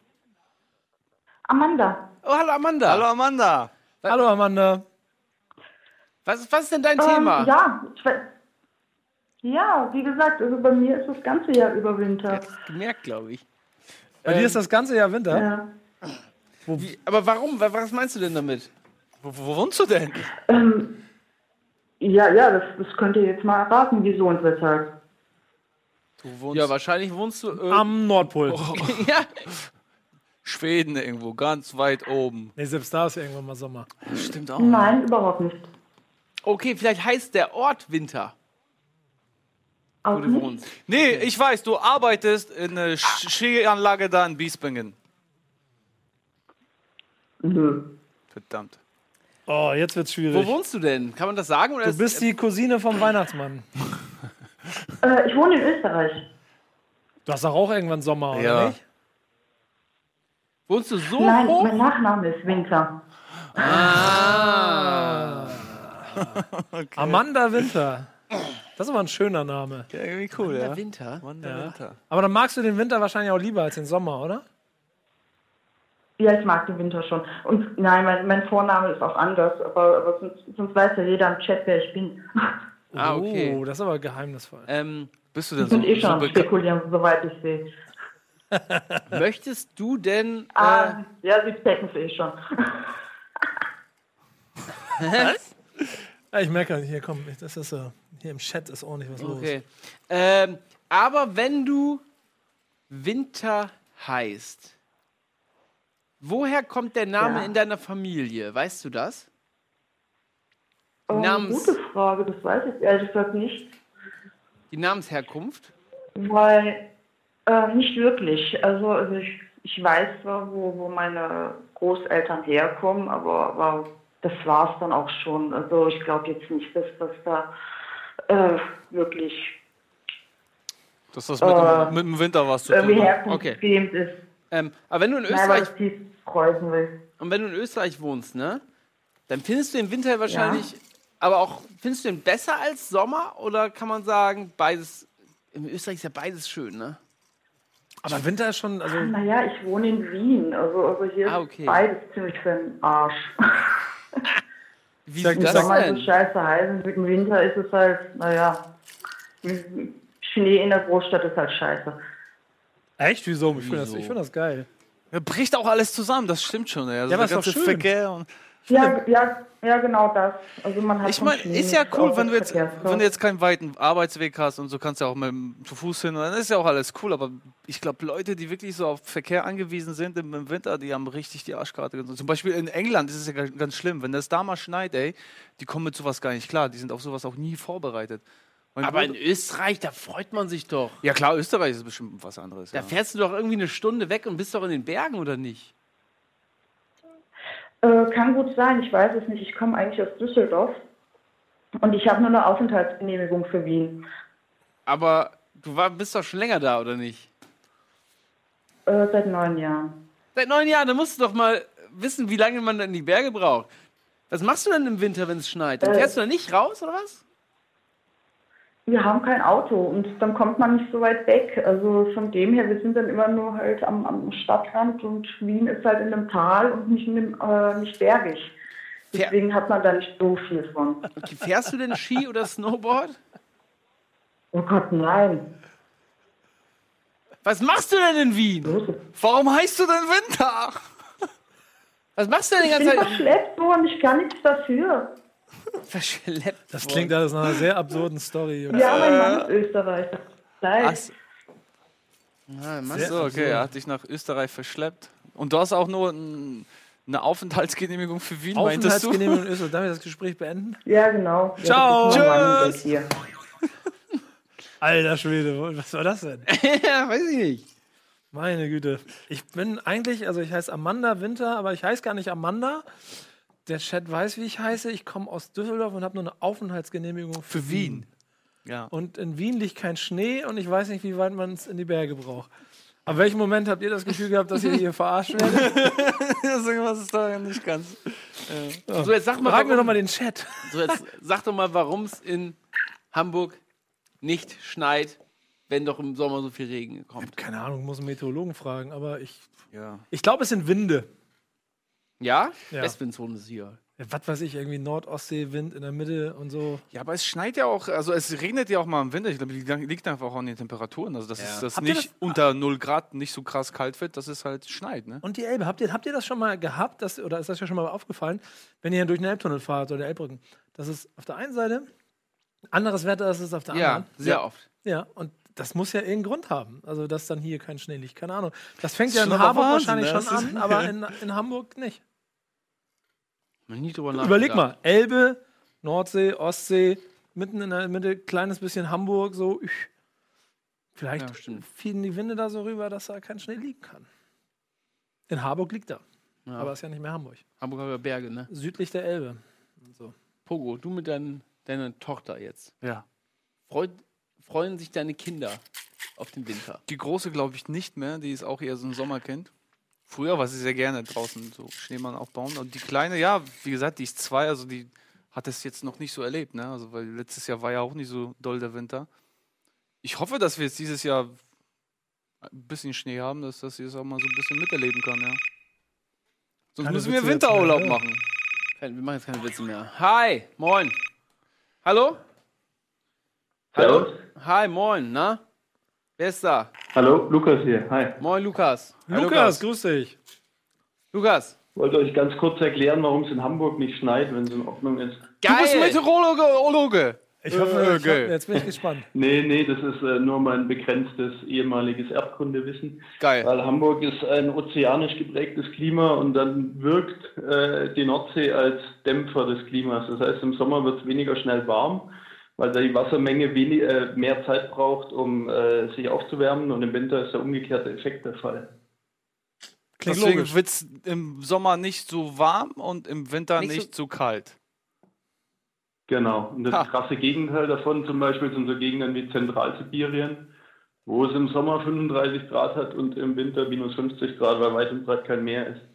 Speaker 6: Amanda.
Speaker 1: Oh, hallo Amanda.
Speaker 3: Hallo Amanda.
Speaker 2: Hallo Amanda.
Speaker 1: Was, was ist denn dein
Speaker 6: Ähm,
Speaker 1: Thema?
Speaker 6: ja, ich, we- ja, wie gesagt, also bei mir ist das ganze Jahr über Winter.
Speaker 1: Hat es gemerkt, glaube ich.
Speaker 2: Bei dir ist das ganze Jahr Winter?
Speaker 6: Ja.
Speaker 1: Wie, aber warum? Wa- Was meinst du denn damit?
Speaker 3: Wo, wo wohnst du denn?
Speaker 6: Ähm, ja, ja, das, das könnt ihr jetzt mal erraten, wieso und weshalb.
Speaker 3: Du wohnst
Speaker 1: Ja, wahrscheinlich wohnst du irgendwo.
Speaker 2: Am Nordpol.
Speaker 1: ja.
Speaker 3: Schweden irgendwo, ganz weit oben.
Speaker 2: Nee, selbst da ist ja irgendwann mal Sommer.
Speaker 3: Stimmt auch.
Speaker 6: Nein, überhaupt nicht.
Speaker 1: Okay, vielleicht heißt der Ort Winter,
Speaker 6: Auch
Speaker 1: wo du
Speaker 6: nicht.
Speaker 1: wohnst.
Speaker 3: Nee, ich weiß, du arbeitest in einer Sch- Skianlage da in Bispingen.
Speaker 6: Nö.
Speaker 3: Verdammt.
Speaker 2: Oh, jetzt wird's
Speaker 1: Wo
Speaker 2: schwierig.
Speaker 1: wohnst du denn? Kann man das sagen? Oder
Speaker 2: Du
Speaker 1: ist-
Speaker 2: bist die Cousine vom Weihnachtsmann.
Speaker 6: Äh, ich wohne in Österreich.
Speaker 2: Du hast doch auch irgendwann Sommer, oder
Speaker 3: Ja.
Speaker 2: nicht?
Speaker 1: wohnst du so
Speaker 6: Nein,
Speaker 1: hoch?
Speaker 6: mein Nachname ist Winter.
Speaker 1: Ah.
Speaker 2: Amanda Winter. Das ist aber ein schöner Name.
Speaker 3: Ja, irgendwie cool, ja.
Speaker 1: Winter.
Speaker 3: Mann, der Winter.
Speaker 2: Aber dann magst du den Winter wahrscheinlich auch lieber als den Sommer, oder?
Speaker 6: Ja, ich mag den Winter schon. Und nein, mein, mein Vorname ist auch anders, aber, aber sonst, sonst weiß ja jeder im Chat, wer ich bin.
Speaker 1: Ah, okay.
Speaker 2: Oh, das ist aber geheimnisvoll.
Speaker 1: Ähm,
Speaker 3: Bist du denn
Speaker 6: Ich
Speaker 3: so,
Speaker 6: bin eh
Speaker 3: so
Speaker 6: schon am
Speaker 3: bekannt?
Speaker 6: spekulieren, soweit ich sehe.
Speaker 1: möchtest du denn. Äh,
Speaker 6: Ah, ja, sie checken es eh schon.
Speaker 2: Ja, ich merke, hier komm, das ist so. Hier im Chat ist ordentlich was
Speaker 1: okay. Ähm, aber wenn du Winter heißt, woher kommt der Name
Speaker 6: Ja.
Speaker 1: in deiner Familie? Weißt du das?
Speaker 6: Ähm,
Speaker 1: Namens-
Speaker 6: gute Frage, das weiß ich ehrlich gesagt nicht.
Speaker 1: Die Namensherkunft?
Speaker 6: Weil, äh, nicht wirklich. Also, also ich, ich weiß zwar, wo, wo meine Großeltern herkommen, aber, aber das war es dann auch schon. Also ich glaube jetzt nicht, dass das da äh, wirklich
Speaker 3: Dass das mit,
Speaker 6: Äh,
Speaker 3: dem, mit dem Winter was zu
Speaker 6: irgendwie
Speaker 3: tun hat.
Speaker 6: herkunftsbedingt ist.
Speaker 1: Ähm, aber wenn du in
Speaker 6: Nein, weil
Speaker 1: Österreich
Speaker 6: das hieß Preußen will.
Speaker 1: und wenn du in Österreich wohnst, ne, dann findest du den Winter wahrscheinlich, aber auch findest du den besser als Sommer oder kann man sagen, beides? In Österreich ist ja beides schön, ne?
Speaker 2: Aber Winter ist schon, also
Speaker 6: Naja, ich wohne in Wien. Also, also hier
Speaker 1: Ah,
Speaker 6: ist
Speaker 1: okay.
Speaker 6: beides ziemlich für den Arsch.
Speaker 1: Wie
Speaker 2: Sag-
Speaker 1: ist
Speaker 6: Im
Speaker 1: das
Speaker 6: Sommer ist
Speaker 1: denn?
Speaker 6: es scheiße heiß und im Winter ist es halt, naja, Schnee in der Großstadt ist halt scheiße.
Speaker 2: echt, wieso? Ich finde das,
Speaker 1: Wieso?
Speaker 2: ich find das geil.
Speaker 3: Ja, bricht auch alles zusammen, das stimmt schon. Ja, also
Speaker 2: Ja, aber
Speaker 3: der
Speaker 2: ist doch
Speaker 3: ganze
Speaker 2: schön.
Speaker 3: Verkehr und
Speaker 6: Ja, ja, ja, genau das. Also man hat
Speaker 3: ich
Speaker 6: vom
Speaker 3: meine,
Speaker 6: Schnee
Speaker 3: ist ja
Speaker 6: nichts,
Speaker 3: cool,
Speaker 6: auch
Speaker 3: wenn du
Speaker 6: das
Speaker 3: jetzt,
Speaker 6: Verkehrschaos.
Speaker 3: wenn du jetzt keinen weiten Arbeitsweg hast und so kannst du auch mit dem, zu Fuß hin, dann ist ja auch alles cool. Aber ich glaube, Leute, die wirklich so auf Verkehr angewiesen sind im, im Winter, die haben richtig die Arschkarte. Zum Beispiel in England ist es ja ganz, ganz schlimm, wenn das da mal schneit, ey, die kommen mit sowas gar nicht klar. Die sind auf sowas auch nie vorbereitet. Mein
Speaker 1: Aber
Speaker 3: Bruder-
Speaker 1: in Österreich, da freut man sich doch.
Speaker 3: ja klar, Österreich ist bestimmt was anderes.
Speaker 1: Da
Speaker 3: Ja.
Speaker 1: fährst du doch irgendwie eine Stunde weg und bist doch in den Bergen, oder nicht?
Speaker 6: Äh, kann gut sein, ich weiß es nicht. Ich komme eigentlich aus Düsseldorf und ich habe nur eine Aufenthaltsgenehmigung für Wien.
Speaker 1: Aber du war, bist doch schon länger da, oder nicht?
Speaker 6: Äh, seit neun Jahren.
Speaker 1: Seit neun Jahren, da musst du doch mal wissen, wie lange man in die Berge braucht. Was machst du denn im Winter, wenn es schneit? Dann
Speaker 6: Äh.
Speaker 1: fährst du da nicht raus, oder was?
Speaker 6: Wir haben kein Auto und dann kommt man nicht so weit weg. Also von dem her, wir sind dann immer nur halt am, am Stadtrand und Wien ist halt in einem Tal und nicht, in dem, äh, nicht bergig. Deswegen hat man da nicht so viel von.
Speaker 1: Okay, fährst du denn Ski oder Snowboard?
Speaker 6: Oh Gott, nein.
Speaker 1: Was machst du denn in Wien?
Speaker 3: Warum heißt du denn Winter?
Speaker 1: Was machst du denn die
Speaker 6: Ich
Speaker 1: ganze
Speaker 6: bin
Speaker 1: Zeit?
Speaker 6: verschleppt worden, ich kann nichts dafür.
Speaker 1: Verschleppt.
Speaker 2: Das klingt alles nach einer sehr absurden Story. Jungs.
Speaker 6: Ja, mein Mann ist Österreicher. Leid.
Speaker 3: Ach
Speaker 1: Ah, Mann.
Speaker 3: so, okay, er hat dich nach Österreich verschleppt. Und du hast auch nur ein, eine Aufenthaltsgenehmigung für Wien, meintest du?
Speaker 2: Aufenthaltsgenehmigung in Österreich. Darf ich das Gespräch beenden?
Speaker 6: Ja, genau.
Speaker 2: Ciao.
Speaker 6: Ja, das ist mein Mann,
Speaker 3: Tschüss.
Speaker 6: der hier.
Speaker 2: Alter Schwede, was war das denn?
Speaker 1: Ja, weiß ich nicht.
Speaker 2: Meine Güte. Ich bin eigentlich, also ich heiße Amanda Winter, aber ich heiße gar nicht Amanda. Der Chat weiß, wie ich heiße. Ich komme aus Düsseldorf und habe nur eine Aufenthaltsgenehmigung für,
Speaker 3: Für
Speaker 2: Wien.
Speaker 3: Wien. Ja.
Speaker 2: Und in Wien liegt kein Schnee und ich weiß nicht, wie weit man es in die Berge braucht. Ab welchem Moment habt ihr das Gefühl gehabt, dass ihr hier verarscht werdet?
Speaker 3: Das irgendwas ist da nicht ganz.
Speaker 1: So, jetzt sag mal,
Speaker 2: Fragen wir
Speaker 1: warum-
Speaker 2: doch mal den Chat.
Speaker 1: So, jetzt sag doch mal, warum es in Hamburg nicht schneit, wenn doch im Sommer so viel Regen kommt.
Speaker 2: Keine Ahnung, muss einen Meteorologen fragen, aber ich,
Speaker 3: Ja.
Speaker 2: ich glaube, es sind Winde.
Speaker 1: Ja?
Speaker 2: Ja.
Speaker 1: Westwindzone ist hier.
Speaker 2: Ja, was weiß ich, irgendwie Nord-Ostsee-Wind in der Mitte und so.
Speaker 3: Ja, aber es schneit ja auch, also es regnet ja auch mal im Winter. Ich glaube, liegt liegt einfach auch an den Temperaturen. Also, dass
Speaker 1: Ja.
Speaker 3: es das
Speaker 2: Habt ihr
Speaker 3: nicht
Speaker 2: das-
Speaker 3: unter null Grad nicht so krass kalt wird, dass es halt schneit, ne?
Speaker 2: Und die Elbe, habt ihr, habt ihr das schon mal gehabt, dass, oder ist das ja schon mal aufgefallen, wenn ihr durch den Elbtunnel fahrt oder Elbbrücken, dass es auf der einen Seite anderes Wetter ist als auf der
Speaker 1: Ja,
Speaker 2: anderen?
Speaker 1: sehr oft.
Speaker 2: Ja, und das muss ja irgendeinen Grund haben. Also, dass dann hier kein Schnee liegt. Keine Ahnung. Das fängt ja in
Speaker 3: schon aber
Speaker 2: Harburg
Speaker 3: Wahnsinn,
Speaker 2: wahrscheinlich
Speaker 3: ne?
Speaker 2: schon
Speaker 3: Das ist-
Speaker 2: an, aber in, in Hamburg nicht.
Speaker 1: Noch nie drüber nachgedacht.
Speaker 2: Überleg mal, Elbe, Nordsee, Ostsee, mitten in der Mitte, kleines bisschen Hamburg, so. üch. Vielleicht
Speaker 1: Ja, stimmt.
Speaker 2: fielen die Winde da so rüber, dass da kein Schnee liegen kann. In Harburg liegt er.
Speaker 1: Ja.
Speaker 2: Aber ist ja nicht mehr Hamburg.
Speaker 1: Hamburger Berge, ne?
Speaker 2: Südlich der Elbe. Und so.
Speaker 1: Pogo, du mit dein, deiner Tochter jetzt.
Speaker 3: Ja.
Speaker 1: Freut, freuen sich deine Kinder auf den Winter?
Speaker 3: Die große glaube ich nicht mehr, die ist auch eher so ein Sommerkind. Früher war sie sehr gerne draußen so Schneemann aufbauen. Und die Kleine, ja, wie gesagt, die ist zwei, also die hat es jetzt noch nicht so erlebt, ne? Also weil letztes Jahr war ja auch nicht so doll der Winter. Ich hoffe, dass wir jetzt dieses Jahr ein bisschen Schnee haben, dass, dass sie es auch mal so ein bisschen miterleben kann, ja. Sonst
Speaker 2: Keine
Speaker 3: müssen wir
Speaker 2: Witze jetzt
Speaker 3: Winterurlaub
Speaker 2: mehr, ne?
Speaker 3: machen.
Speaker 1: Kein- Wir machen jetzt keine Witze mehr. Hi, moin. Hallo?
Speaker 7: Servus.
Speaker 1: Hi, moin, na? Wer ist da?
Speaker 7: Hallo, Lukas hier. Hi.
Speaker 1: Moin, Lukas. Hi,
Speaker 2: Lukas, grüß dich.
Speaker 1: Lukas.
Speaker 7: Ich wollte euch ganz kurz erklären, warum es in Hamburg nicht schneit, wenn es in Ordnung ist.
Speaker 3: Du bist
Speaker 1: Geil.
Speaker 3: Meteorologe.
Speaker 2: Ich hoffe,
Speaker 3: Äh,
Speaker 2: ich
Speaker 3: geil.
Speaker 2: hoffe, jetzt bin ich gespannt.
Speaker 7: Nee, nee, das ist äh, nur mein begrenztes ehemaliges Erdkundewissen.
Speaker 3: Geil.
Speaker 7: Weil Hamburg ist ein ozeanisch geprägtes Klima und dann wirkt äh, die Nordsee als Dämpfer des Klimas. Das heißt, im Sommer wird es weniger schnell warm, weil da die Wassermenge wenig, äh, mehr Zeit braucht, um äh, sich aufzuwärmen, und im Winter ist der umgekehrte Effekt der Fall.
Speaker 2: Klingt
Speaker 3: Deswegen
Speaker 2: logisch.
Speaker 3: wird es im Sommer nicht so warm und im Winter
Speaker 1: Nicht
Speaker 3: nicht,
Speaker 1: so-
Speaker 3: so kalt.
Speaker 7: Genau. Und das
Speaker 3: Ha.
Speaker 7: krasse Gegenteil davon zum Beispiel sind so Gegenden wie Zentralsibirien, wo es im Sommer fünfunddreißig Grad hat und im Winter minus fünfzig Grad, weil weit und breit kein Meer ist.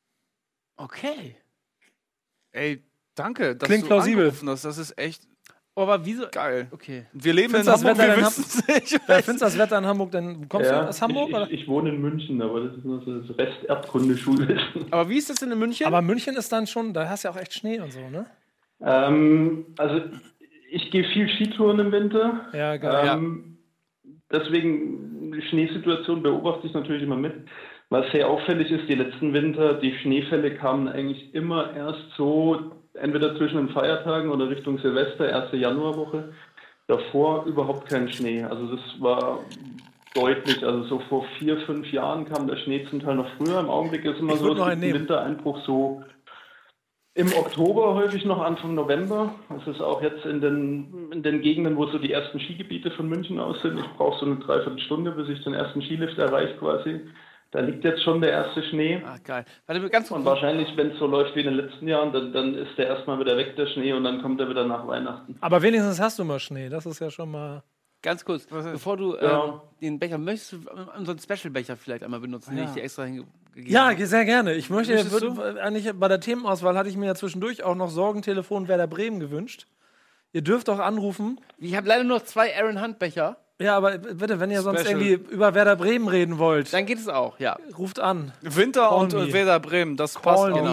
Speaker 1: Okay.
Speaker 3: Ey, danke, dass
Speaker 2: Klingt
Speaker 3: du
Speaker 2: plausibel.
Speaker 3: angerufen hast. Das ist echt
Speaker 1: Oh, aber wieso?
Speaker 3: geil.
Speaker 1: Okay.
Speaker 3: Wir leben
Speaker 2: Findest
Speaker 3: in
Speaker 2: du das
Speaker 3: Hamburg,
Speaker 2: Wetter
Speaker 3: wir
Speaker 2: in
Speaker 3: wissen es nicht.
Speaker 2: Wer findest das Wetter in Hamburg denn? Kommst du aus Hamburg?
Speaker 7: ich,
Speaker 2: Oder?
Speaker 7: ich, ich wohne in München, aber das ist nur so das Rest Erdkunde-Schulwissen.
Speaker 1: Aber wie ist das denn in München?
Speaker 2: Aber München ist dann schon, da hast du ja auch echt Schnee und so, ne?
Speaker 7: ähm, also ich gehe viel Skitouren im Winter.
Speaker 2: Ja, geil.
Speaker 7: Ähm, Deswegen, die Schneesituation beobachte ich natürlich immer mit. Was sehr auffällig ist, die letzten Winter, die Schneefälle kamen eigentlich immer erst so, entweder zwischen den Feiertagen oder Richtung Silvester, erste Januarwoche. Davor überhaupt kein Schnee. Also das war deutlich, also so vor vier, fünf Jahren kam der Schnee zum Teil noch früher. Im Augenblick ist immer
Speaker 2: Ich
Speaker 7: so,
Speaker 2: würd noch
Speaker 7: es
Speaker 2: einen
Speaker 7: gibt einen
Speaker 2: nehmen.
Speaker 7: Wintereinbruch so im Oktober, häufig noch Anfang November. Das ist auch jetzt in den, in den Gegenden, wo so die ersten Skigebiete von München aus sind. Ich brauche so eine Dreiviertelstunde, bis ich den ersten Skilift erreiche quasi. Da liegt jetzt schon der erste Schnee.
Speaker 1: Ah, geil. Warte, ganz
Speaker 7: Und
Speaker 1: kurz.
Speaker 7: wahrscheinlich, wenn es so läuft wie in den letzten Jahren, dann, dann ist der erstmal wieder weg, der Schnee, und dann kommt er wieder nach Weihnachten.
Speaker 2: Aber wenigstens hast du mal Schnee, das ist ja schon mal.
Speaker 1: Ganz kurz, bevor du
Speaker 7: Ja.
Speaker 1: ähm, den Becher, möchtest du unseren Special-Becher vielleicht einmal benutzen, den
Speaker 3: Ja.
Speaker 1: ich dir extra hingegeben
Speaker 2: Ja,
Speaker 1: habe?
Speaker 2: sehr gerne. Ich möchte,
Speaker 1: Möchtest
Speaker 2: würd, eigentlich bei der Themenauswahl hatte ich mir ja zwischendurch auch noch Sorgentelefon Werder Bremen gewünscht. Ihr dürft auch anrufen.
Speaker 1: Ich habe leider nur noch zwei Aaron Hunt-Becher.
Speaker 2: Ja, aber bitte, wenn ihr sonst
Speaker 3: Special.
Speaker 2: irgendwie über Werder Bremen reden wollt,
Speaker 1: Dann geht es auch, ja.
Speaker 2: ruft an.
Speaker 3: Winter
Speaker 2: Call
Speaker 3: und
Speaker 2: me.
Speaker 3: äh, Werder Bremen, das
Speaker 2: Call
Speaker 3: passt
Speaker 2: me.
Speaker 3: auch.
Speaker 1: Genau.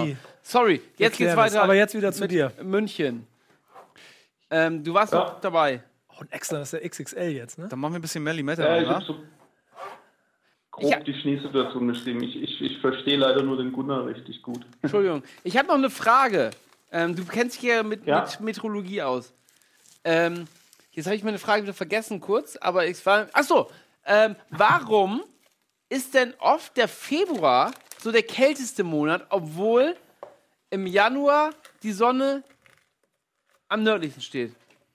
Speaker 1: Sorry, jetzt geht's
Speaker 2: klären das.
Speaker 1: weiter.
Speaker 2: Aber jetzt wieder zu
Speaker 1: mit
Speaker 2: dir.
Speaker 1: München. Ähm, du warst
Speaker 7: Ja.
Speaker 1: noch dabei.
Speaker 2: Oh, ein extra, das ist der X X L jetzt, ne?
Speaker 3: Dann machen wir ein bisschen mehr Limette,
Speaker 7: Ja, ich
Speaker 3: oder?
Speaker 7: habe so grob
Speaker 1: Ich hab-
Speaker 7: die Schneesituation beschrieben. Ich, ich, ich verstehe leider nur den Gunnar richtig gut.
Speaker 1: Entschuldigung. Ich habe noch eine Frage. Ähm, du kennst dich ja mit,
Speaker 7: Ja.
Speaker 1: mit Meteorologie aus. Ähm, jetzt habe ich meine Frage wieder vergessen kurz, aber ich war. Achso, ähm, warum ist denn oft der Februar so der kälteste Monat, obwohl im Januar die Sonne am nördlichsten steht?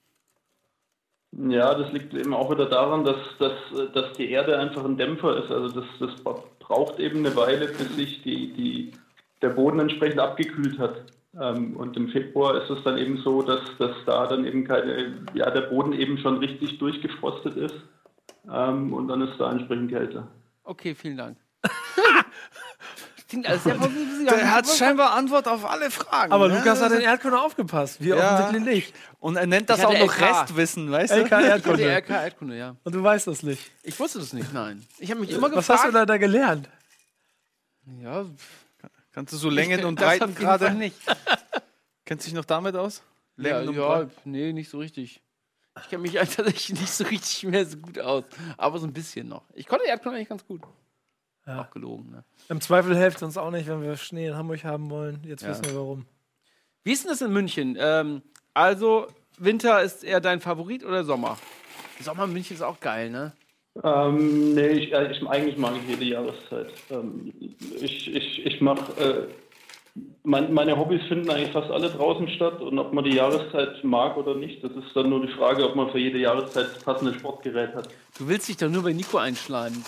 Speaker 7: Ja, das liegt eben auch wieder daran, dass, dass, dass die Erde einfach ein Dämpfer ist. Also das, das braucht eben eine Weile, bis sich die, die, der Boden entsprechend abgekühlt hat. Ähm, und im Februar ist es dann eben so, dass, dass da dann eben keine, ja, der Boden eben schon richtig durchgefrostet ist. Ähm, und dann ist da entsprechend kälter.
Speaker 1: Okay, vielen Dank. Klingt alles sehr positiv.
Speaker 3: Der hat scheinbar Antwort auf alle Fragen.
Speaker 2: Aber
Speaker 3: ne?
Speaker 2: Lukas hat in Erdkunde aufgepasst. Wir
Speaker 3: Ja.
Speaker 2: offensichtlich nicht.
Speaker 3: Und er nennt das
Speaker 1: Ich
Speaker 3: auch
Speaker 1: hatte
Speaker 3: noch
Speaker 1: L K.
Speaker 3: Restwissen, weißt
Speaker 2: L
Speaker 3: du?
Speaker 2: K
Speaker 1: Ich hatte
Speaker 2: Erdkunde.
Speaker 1: R K Erdkunde, ja.
Speaker 2: Und du weißt das nicht.
Speaker 1: Ich wusste das nicht, nein. Ich habe mich immer
Speaker 2: Was
Speaker 1: gefragt.
Speaker 2: hast du da, da gelernt?
Speaker 1: Ja,
Speaker 3: Kannst du so Längen und
Speaker 1: das
Speaker 3: Breiten
Speaker 1: auf jeden Fall
Speaker 3: gerade?
Speaker 1: nicht.
Speaker 3: Kennst du dich noch damit aus?
Speaker 1: Ja,
Speaker 3: Längen und
Speaker 1: ja,
Speaker 3: Breiten?
Speaker 1: nee, nicht so richtig. Ich kenne mich tatsächlich nicht so richtig mehr so gut aus. Aber so ein bisschen noch. Ich konnte Erdkunde eigentlich ganz gut.
Speaker 2: Ja.
Speaker 1: Auch gelogen, ne?
Speaker 2: Im Zweifel hilft uns auch nicht, wenn wir Schnee in Hamburg haben wollen. Jetzt
Speaker 1: Ja.
Speaker 2: wissen wir warum.
Speaker 1: Wie ist denn das in München? Ähm, also, Winter ist eher dein Favorit oder Sommer? Sommer in München ist auch geil, ne?
Speaker 7: Ähm, nee, ich, äh, ich, eigentlich mag ich jede Jahreszeit. Ähm, ich ich, ich mache, äh, mein, meine Hobbys finden eigentlich fast alle draußen statt und ob man die Jahreszeit mag oder nicht, das ist dann nur die Frage, ob man für jede Jahreszeit das passende Sportgerät hat.
Speaker 1: Du willst dich doch nur bei Nico einschleimen.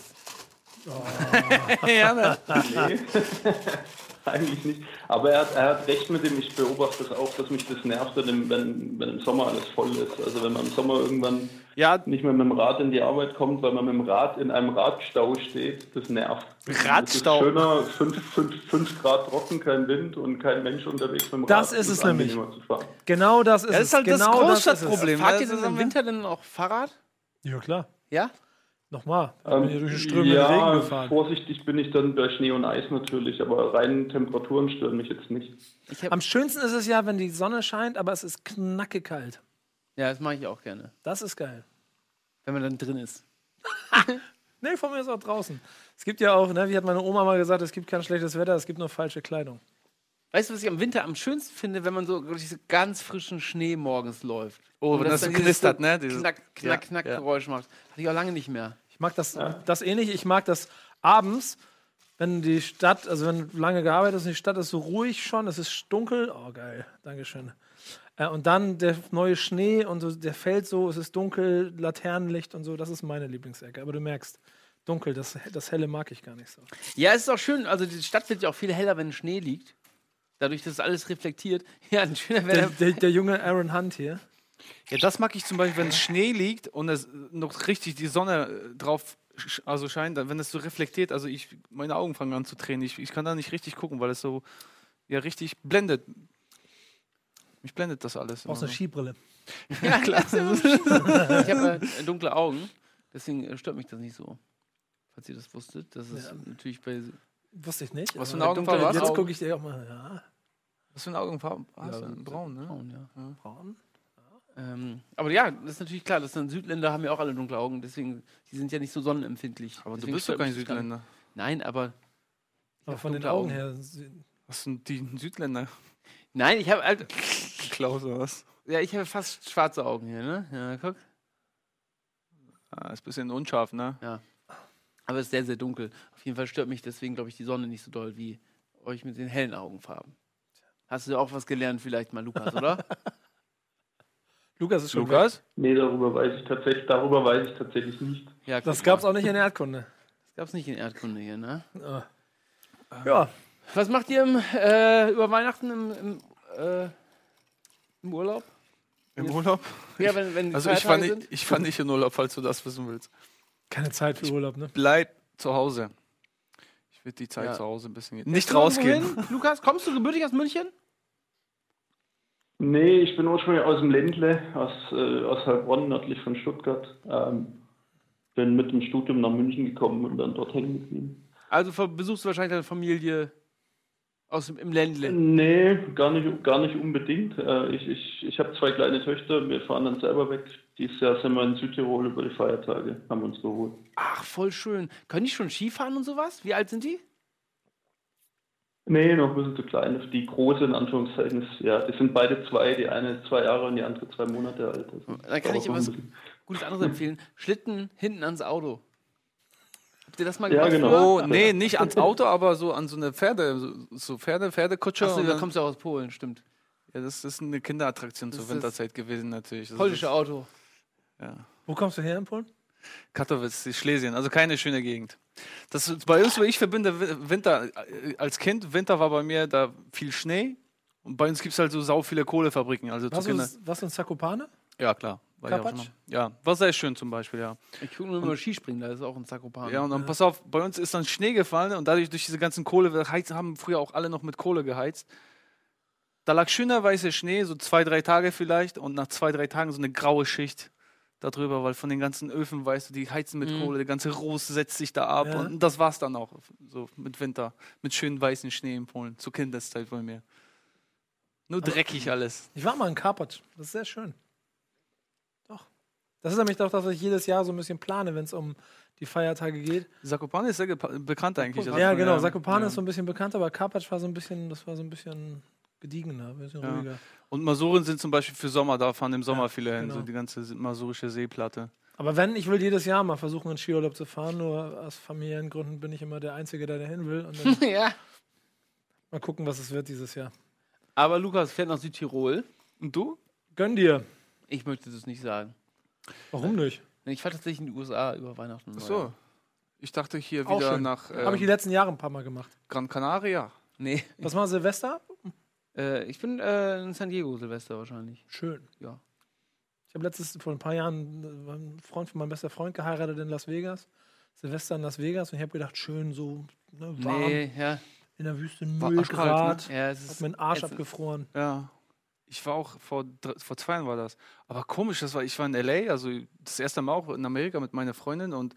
Speaker 3: ja, ne?
Speaker 7: Nee, eigentlich nicht. Aber er hat, er hat recht mit dem, ich beobachte es auch, dass mich das nervt, wenn, wenn, wenn im Sommer alles voll ist. Also wenn man im Sommer irgendwann
Speaker 3: Ja,
Speaker 7: nicht mehr mit dem Rad in die Arbeit kommt, weil man mit dem Rad in einem Radstau steht, das nervt.
Speaker 3: Radstau?
Speaker 7: Es ist schöner, fünf Grad trocken, kein Wind und kein Mensch unterwegs mit dem Rad.
Speaker 2: Das ist es nämlich.
Speaker 7: angenehmer zu fahren.
Speaker 2: Genau das ist
Speaker 3: das
Speaker 2: es.
Speaker 3: ist halt das
Speaker 2: genau
Speaker 3: Großstadtproblem.
Speaker 1: Fahrt
Speaker 3: ne?
Speaker 1: ihr
Speaker 3: Das
Speaker 1: denn
Speaker 3: ist
Speaker 1: im Winter denn auch Fahrrad?
Speaker 2: Ja, klar.
Speaker 1: Ja?
Speaker 2: Nochmal. Ich
Speaker 7: Ähm,
Speaker 2: bin hier durch den strömenden
Speaker 7: ja,
Speaker 2: Regen gefahren.
Speaker 7: vorsichtig bin ich dann bei Schnee und Eis natürlich, aber rein Temperaturen stören mich jetzt nicht.
Speaker 1: Ich hab,
Speaker 2: Am schönsten ist es ja, wenn die Sonne scheint, aber es ist knackekalt.
Speaker 1: ja, das mache ich auch gerne.
Speaker 2: Das ist geil.
Speaker 1: Wenn man dann drin ist.
Speaker 2: Nee, von mir ist auch draußen. Es gibt ja auch, ne, wie hat meine Oma mal gesagt, es gibt kein schlechtes Wetter, es gibt nur falsche Kleidung.
Speaker 1: Weißt du, was ich am Winter am schönsten finde, wenn man so durch so ganz frischen Schnee morgens läuft?
Speaker 3: Oh, wenn das so knistert, ne? Dieses-
Speaker 1: Knack, knack,
Speaker 3: Ja,
Speaker 1: knack
Speaker 3: ja.
Speaker 1: Geräusch macht. Hatte ich auch lange nicht mehr.
Speaker 2: Ich mag das, das ähnlich. Ich mag das abends, wenn die Stadt, also wenn lange gearbeitet ist und die Stadt ist so ruhig schon, es ist dunkel. Oh, geil. Dankeschön. Äh, und dann der neue Schnee und so, der fällt so, es ist dunkel, Laternenlicht und so. Das ist meine Lieblingsecke. Aber du merkst, dunkel, das, das Helle mag ich gar nicht so.
Speaker 1: Ja, es ist auch schön. Also die Stadt wird ja auch viel heller, wenn Schnee liegt. Dadurch, dass es alles reflektiert. Ja, ein schöner
Speaker 2: Der,
Speaker 1: wäre.
Speaker 2: der, der junge Aaron Hunt hier.
Speaker 3: Ja, das mag ich zum Beispiel, wenn Schnee liegt und es noch richtig die Sonne äh, drauf sch- also scheint, dann, wenn es so reflektiert, also ich, meine Augen fangen an zu tränen. Ich, ich kann da nicht richtig gucken, weil es so ja richtig blendet. Mich blendet das alles.
Speaker 2: Du brauchst
Speaker 3: immer
Speaker 2: eine
Speaker 3: so.
Speaker 2: Skibrille.
Speaker 1: Ja, klar. Ich habe äh, dunkle Augen. Deswegen äh, stört mich das nicht so. Falls ihr das wusstet. Das ist
Speaker 2: Ja.
Speaker 1: natürlich bei.
Speaker 2: Wusste ich nicht.
Speaker 3: Was für
Speaker 2: aber
Speaker 3: eine Augenfarbe hast du?
Speaker 2: Jetzt gucke ich dir auch mal. Ja,
Speaker 3: Was für eine Augenfarbe hast
Speaker 1: Ja,
Speaker 3: du? Braun, ne?
Speaker 1: Braun, ja.
Speaker 2: braun.
Speaker 1: Ähm, aber ja, das ist natürlich klar, das sind Südländer haben ja auch alle dunkle Augen, deswegen, die sind ja nicht so sonnenempfindlich.
Speaker 3: Aber du
Speaker 1: Deswegen
Speaker 3: bist doch
Speaker 1: stört
Speaker 3: kein
Speaker 1: mich das gar nicht.
Speaker 3: Südländer.
Speaker 1: Nein, aber. ich
Speaker 2: Aber
Speaker 1: hab
Speaker 2: von den
Speaker 1: dunkle
Speaker 2: Augen her.
Speaker 3: Was sind die Südländer?
Speaker 1: Nein, ich habe halt,
Speaker 3: Klaus oder was?
Speaker 1: ja, ich habe fast schwarze Augen hier, ne? Ja, guck.
Speaker 3: Ah, ist ein bisschen unscharf, ne?
Speaker 1: Aber es ist sehr, sehr dunkel. Auf jeden Fall stört mich deswegen, glaube ich, die Sonne nicht so doll wie euch mit den hellen Augenfarben. Hast du auch was gelernt, vielleicht mal, Lukas, oder?
Speaker 2: Lukas ist schon.
Speaker 3: Lukas?
Speaker 7: Nee, darüber weiß ich tatsächlich, darüber weiß ich tatsächlich nicht.
Speaker 1: Ja,
Speaker 2: Weg. Das
Speaker 1: guck
Speaker 2: gab es
Speaker 1: mal.
Speaker 2: auch nicht in der Erdkunde.
Speaker 1: Das gab's nicht in Erdkunde hier, ne?
Speaker 2: Ja.
Speaker 1: Was macht ihr im, äh, über Weihnachten im, im, äh, im Urlaub?
Speaker 3: Im Urlaub?
Speaker 1: Ja, wenn, wenn die
Speaker 3: Also ich
Speaker 1: Feiertage
Speaker 3: fand,
Speaker 1: sind?
Speaker 3: ich, ich fand nicht in Urlaub, falls du das wissen willst.
Speaker 2: Keine Zeit für Urlaub, ne?
Speaker 3: Bleib zu Hause. Ich würde die Zeit
Speaker 1: Ja.
Speaker 3: zu Hause ein bisschen...
Speaker 1: Bist
Speaker 3: Nicht
Speaker 1: du irgendwo
Speaker 3: rausgehen.
Speaker 1: hin? Lukas, kommst du gebürtig aus München?
Speaker 7: Nee, ich bin ursprünglich aus dem Ländle, aus, äh, aus Heilbronn, nördlich von Stuttgart. Ähm, bin mit dem Studium nach München gekommen und dann dort hängen geblieben.
Speaker 1: Also ver- besuchst du wahrscheinlich deine Familie Aus dem, im Ländle?
Speaker 7: Nee, gar nicht, gar nicht unbedingt. Äh, ich ich, ich habe zwei kleine Töchter, wir fahren dann selber weg. Dieses Jahr sind wir in Südtirol über die Feiertage, haben wir uns geholt.
Speaker 1: Ach, voll schön. Können die schon Skifahren und sowas? Wie alt sind die?
Speaker 7: Nee, noch ein bisschen zu klein. Die große, in Anführungszeichen, ist, ja, die sind beide zwei, die eine zwei Jahre und die andere zwei Monate alt. Also,
Speaker 1: Da kann ich
Speaker 7: aber
Speaker 1: was
Speaker 7: ein bisschen-
Speaker 1: Gutes anderes empfehlen. Schlitten hinten ans Auto. Habt ihr das mal
Speaker 7: Ja,
Speaker 1: gemacht?
Speaker 7: genau.
Speaker 1: früher?
Speaker 3: Oh, nee, nicht ans Auto, aber so an so eine Pferde, so, so Pferde, Pferdekutsche.
Speaker 1: Achso,
Speaker 3: und
Speaker 1: da
Speaker 3: dann-
Speaker 1: kommst du auch aus Polen, stimmt.
Speaker 3: ja, das ist eine Kinderattraktion
Speaker 1: Das
Speaker 3: zur
Speaker 1: ist
Speaker 3: Winterzeit gewesen, natürlich. Das
Speaker 1: Polnische
Speaker 3: ist,
Speaker 1: Auto.
Speaker 3: ja.
Speaker 2: Wo kommst du her in Polen?
Speaker 3: Katowice, Schlesien, also keine schöne Gegend. Das ist bei uns, wo ich verbinde Wi- Winter äh, als Kind, Winter war bei mir da viel Schnee und bei uns gibt es halt so sau viele Kohlefabriken. Also zu
Speaker 2: Warst du,
Speaker 3: Kinder.
Speaker 2: warst du in Zakopane?
Speaker 3: Ja, klar. War ich auch
Speaker 2: Karpatsch?
Speaker 3: schon mal. Ja, war sehr schön zum Beispiel, ja.
Speaker 1: Ich gucke nur immer Skispringen, da ist auch ein Zakopane.
Speaker 3: Ja, und dann pass auf, bei uns ist dann Schnee gefallen und dadurch durch diese ganzen Kohle, wir heiz- haben früher auch alle noch mit Kohle geheizt. Da lag schöner weißer Schnee, so zwei, drei Tage vielleicht und nach zwei, drei Tagen so eine graue Schicht darüber, weil von den ganzen Öfen, weißt du, die heizen mit
Speaker 1: Mhm.
Speaker 3: Kohle, der ganze Ruß setzt sich da ab
Speaker 2: Ja.
Speaker 3: und das war's dann auch, so mit Winter, mit schönen weißen Schnee in Polen, zur Kindeszeit bei mir. Nur dreckig alles.
Speaker 2: Ich war mal in Karpatsch. Das ist sehr schön. Doch. Das ist nämlich doch, dass ich jedes Jahr so ein bisschen plane, wenn es um die Feiertage geht.
Speaker 3: Zakopane ist sehr gepa- bekannt eigentlich. Also
Speaker 2: ja,
Speaker 3: von
Speaker 2: genau.
Speaker 3: der-
Speaker 2: Zakopane
Speaker 3: ja.
Speaker 2: ist so ein bisschen bekannt, aber Karpatsch war so ein bisschen, das war so ein bisschen gediegener, ein bisschen
Speaker 3: Ja.
Speaker 2: ruhiger.
Speaker 3: Und Masuren sind zum Beispiel für Sommer, da fahren im Sommer
Speaker 2: Ja,
Speaker 3: viele hin,
Speaker 2: genau.
Speaker 3: so die ganze masurische Seeplatte.
Speaker 2: Aber wenn, ich will jedes Jahr mal versuchen, in Skiurlaub zu fahren, nur aus familiären Gründen bin ich immer der Einzige, der dahin will. Und dann
Speaker 1: ja.
Speaker 2: mal gucken, was es wird dieses Jahr.
Speaker 1: Aber Lukas fährt nach Südtirol.
Speaker 3: Und du?
Speaker 2: Gönn dir.
Speaker 1: Ich möchte das nicht sagen.
Speaker 2: Warum nicht?
Speaker 1: Ich fahre tatsächlich in die U S A über Weihnachten. und
Speaker 3: Ach so. Ich dachte hier
Speaker 2: Auch
Speaker 3: wieder
Speaker 2: schön.
Speaker 3: nach ähm,
Speaker 2: Habe ich die letzten Jahre ein paar Mal gemacht.
Speaker 3: Gran Canaria.
Speaker 1: Nee.
Speaker 2: Was war Silvester?
Speaker 1: Äh, ich bin äh, in San Diego Silvester wahrscheinlich.
Speaker 2: Schön.
Speaker 1: Ja.
Speaker 2: Ich habe letztes, vor ein paar Jahren, äh, war ein Freund von meinem bester Freund geheiratet in Las Vegas. Silvester in Las Vegas. Und ich habe gedacht, schön so ne, warm
Speaker 1: Nee, ja.
Speaker 2: in der Wüste,
Speaker 3: War
Speaker 2: null
Speaker 3: arschkalt,
Speaker 2: Grad.
Speaker 1: ja es
Speaker 2: Hat
Speaker 1: ist
Speaker 2: mir den Arsch
Speaker 1: ätzend.
Speaker 2: abgefroren.
Speaker 3: Ja. Ich war auch vor, dr- vor zwei Jahren war das. Aber komisch, das war, ich war in L A, also das erste Mal auch in Amerika mit meiner Freundin und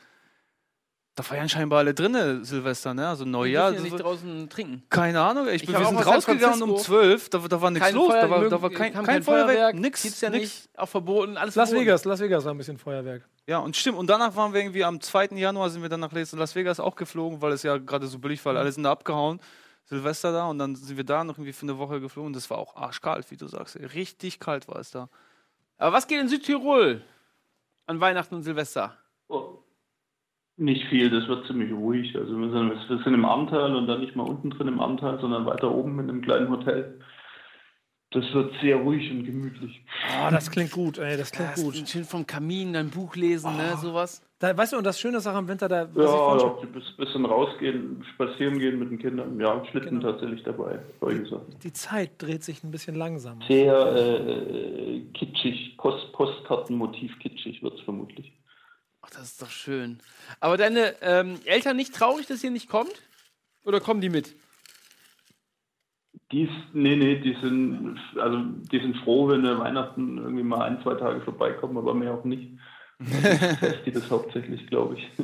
Speaker 3: da feiern scheinbar alle drinnen Silvester, ne? Also
Speaker 1: Wir
Speaker 3: Neujahr.
Speaker 1: dürfen ja
Speaker 3: das
Speaker 1: nicht
Speaker 3: war-
Speaker 1: draußen trinken.
Speaker 3: Keine Ahnung, ich
Speaker 1: Ich
Speaker 3: bin,
Speaker 1: hab
Speaker 3: wir
Speaker 1: auch
Speaker 3: sind
Speaker 1: aus San
Speaker 3: rausgegangen um
Speaker 1: Francisco.
Speaker 3: zwölf, da, da war nichts
Speaker 1: Kein
Speaker 3: los, da
Speaker 1: Feuer-
Speaker 3: war, da
Speaker 1: mögen-
Speaker 3: war kein,
Speaker 1: kam
Speaker 3: kein Feuerwerk,
Speaker 1: Gibt's
Speaker 3: nix,
Speaker 1: ja
Speaker 3: nix.
Speaker 1: nicht. Auch verboten, alles
Speaker 2: Las
Speaker 1: verboten.
Speaker 2: Vegas, Las Vegas war ein bisschen Feuerwerk.
Speaker 3: Ja, und stimmt. Und danach waren wir irgendwie am zweiten Januar sind wir dann nach Las Vegas auch geflogen, weil es ja gerade so billig war.
Speaker 1: Mhm.
Speaker 3: Alle sind da abgehauen. Silvester da und dann sind wir da noch irgendwie für eine Woche geflogen. Das war auch arschkalt, wie du sagst. ey. Richtig kalt war es da.
Speaker 1: Aber was geht in Südtirol an Weihnachten und Silvester?
Speaker 7: Oh, nicht viel, das wird ziemlich ruhig. Also wir sind, wir sind im Amtal und dann nicht mal unten drin im Amtal, sondern weiter oben in einem kleinen Hotel. Das wird sehr ruhig und gemütlich.
Speaker 2: Oh, das klingt gut, ey, das klingt
Speaker 1: Ja,
Speaker 2: gut.
Speaker 1: Schön vom Kamin, dein Buch lesen, ne, sowas.
Speaker 2: Da, weißt du, und das Schöne ist auch im Winter, da, was ich
Speaker 7: Ja,
Speaker 2: vorhin schon-
Speaker 7: auch ein bisschen rausgehen, spazieren gehen mit den Kindern. Ja, Schlitten
Speaker 2: Genau.
Speaker 7: tatsächlich dabei. Solche Sachen.
Speaker 2: die Zeit dreht sich ein bisschen langsamer.
Speaker 7: Sehr äh, kitschig, Post Postkartenmotiv kitschig wird es vermutlich.
Speaker 1: Ach, das ist doch schön. Aber deine ähm, Eltern nicht traurig, dass ihr nicht kommt? Oder kommen die mit?
Speaker 7: Die ist, nee, nee, die sind, also die sind froh, wenn wir Weihnachten irgendwie mal ein, zwei Tage vorbeikommen, aber mehr auch nicht. Das die das hauptsächlich, glaube ich.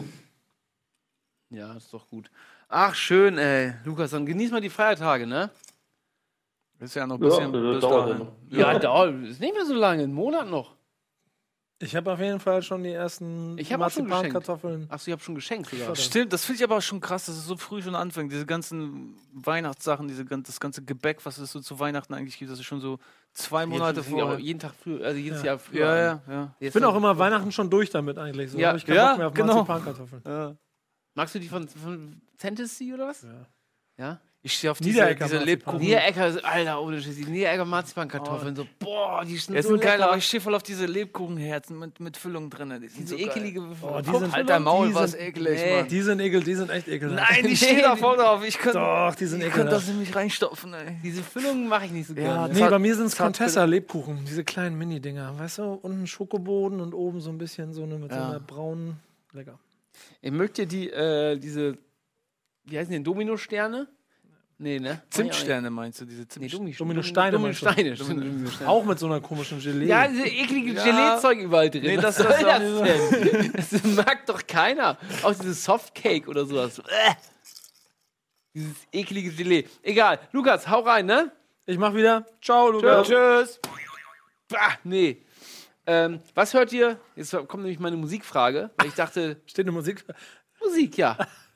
Speaker 1: Ja, ist doch gut. Ach, schön, ey. Lukas, dann genieß mal die Feiertage, ne?
Speaker 3: Ist ja noch ein
Speaker 7: Ja,
Speaker 3: bisschen
Speaker 7: das
Speaker 3: bis
Speaker 7: dauert
Speaker 3: dahin.
Speaker 7: ja noch.
Speaker 1: Ja, dauert. Ist nicht mehr so lange, einen Monat noch.
Speaker 2: Ich habe auf jeden Fall schon die ersten
Speaker 1: Ich hab auch schon geschenkt.
Speaker 2: Marzipankartoffeln.
Speaker 1: Achso, ich hab schon geschenkt sogar.
Speaker 3: Stimmt, das finde ich aber auch schon krass, dass es so früh schon anfängt. Diese ganzen Weihnachtssachen, diese, gan- das ganze Gebäck, was es so zu Weihnachten eigentlich gibt, das ist schon so zwei Monate
Speaker 1: Jetzt fängt ja auch
Speaker 3: vorher.
Speaker 1: jeden Tag früher, also jedes
Speaker 2: Ja.
Speaker 1: Jahr früher.
Speaker 3: Ja,
Speaker 1: an.
Speaker 3: ja, ja.
Speaker 2: Ich bin auch immer Weihnachten schon durch damit eigentlich. So
Speaker 1: Ja.
Speaker 2: hab ich keinen
Speaker 3: Ja,
Speaker 2: Bock mehr auf
Speaker 3: genau.
Speaker 2: Marzipankartoffeln.
Speaker 3: ja.
Speaker 1: Magst du die von, von Fantasy oder was?
Speaker 2: Ja.
Speaker 1: Ja?
Speaker 3: Ich stehe auf diese,
Speaker 2: Niederecker
Speaker 3: diese
Speaker 2: Marzipan.
Speaker 3: Lebkuchen.
Speaker 1: Niederecker, Alter, ohne Schiss, die Niederecker Marzipankartoffeln, so, boah, die sind
Speaker 3: Ja,
Speaker 1: so
Speaker 3: sind geil,
Speaker 1: lecker.
Speaker 3: aber ich stehe voll auf diese Lebkuchenherzen mit, mit Füllung drin. Die sind
Speaker 1: Diese
Speaker 3: so geil.
Speaker 1: ekelige
Speaker 2: Oh, die
Speaker 1: Guck,
Speaker 2: sind-
Speaker 3: Alter Maul,
Speaker 2: die
Speaker 3: was
Speaker 2: sind-
Speaker 3: eklig,
Speaker 1: nee.
Speaker 3: Mann.
Speaker 2: Die sind ekel, die sind echt ekelhaft.
Speaker 3: Nein, ich
Speaker 1: Nee,
Speaker 3: stehe da
Speaker 1: die-
Speaker 3: voll drauf. Ich könnte
Speaker 2: Doch, die sind
Speaker 3: ich könnte das
Speaker 2: ekelhaft.
Speaker 3: in mich reinstopfen, ey.
Speaker 1: Diese Füllungen mache ich nicht so
Speaker 3: Ja,
Speaker 1: gerne.
Speaker 2: Nee,
Speaker 3: Zart-
Speaker 2: bei mir sind es
Speaker 3: Zart-
Speaker 2: Contessa-Lebkuchen, diese kleinen Mini-Dinger. Weißt du, unten Schokoboden und oben so ein bisschen so eine mit so
Speaker 3: Ja.
Speaker 2: einer braunen. Lecker.
Speaker 1: Ich möchte die, äh, diese, wie heißen die, Domino-Sterne? Nee, ne?
Speaker 3: Zimtsterne meinst du, diese
Speaker 1: Nee,
Speaker 3: Zimtsterne?
Speaker 1: Domino-
Speaker 2: Dominosteine meinst du?
Speaker 1: Dominosteine. stimmt, Dominosteine.
Speaker 2: Auch mit so einer komischen Gelee.
Speaker 1: Ja, diese eklige
Speaker 3: Ja.
Speaker 1: Gelee-Zeug überall drin.
Speaker 3: Nee,
Speaker 1: Was
Speaker 3: das-
Speaker 1: soll
Speaker 3: das-
Speaker 1: das denn? Das mag doch keiner. Auch diese Softcake oder sowas. Äh. Dieses eklige Gelee. Egal. Lukas, hau rein, ne?
Speaker 2: Ich mach wieder. Ciao, Lukas.
Speaker 1: Tschüss. Bah, nee. Ähm, was hört ihr? Jetzt kommt nämlich meine Musikfrage, weil ich dachte,
Speaker 2: Steht eine Musik.
Speaker 1: Musik, ja.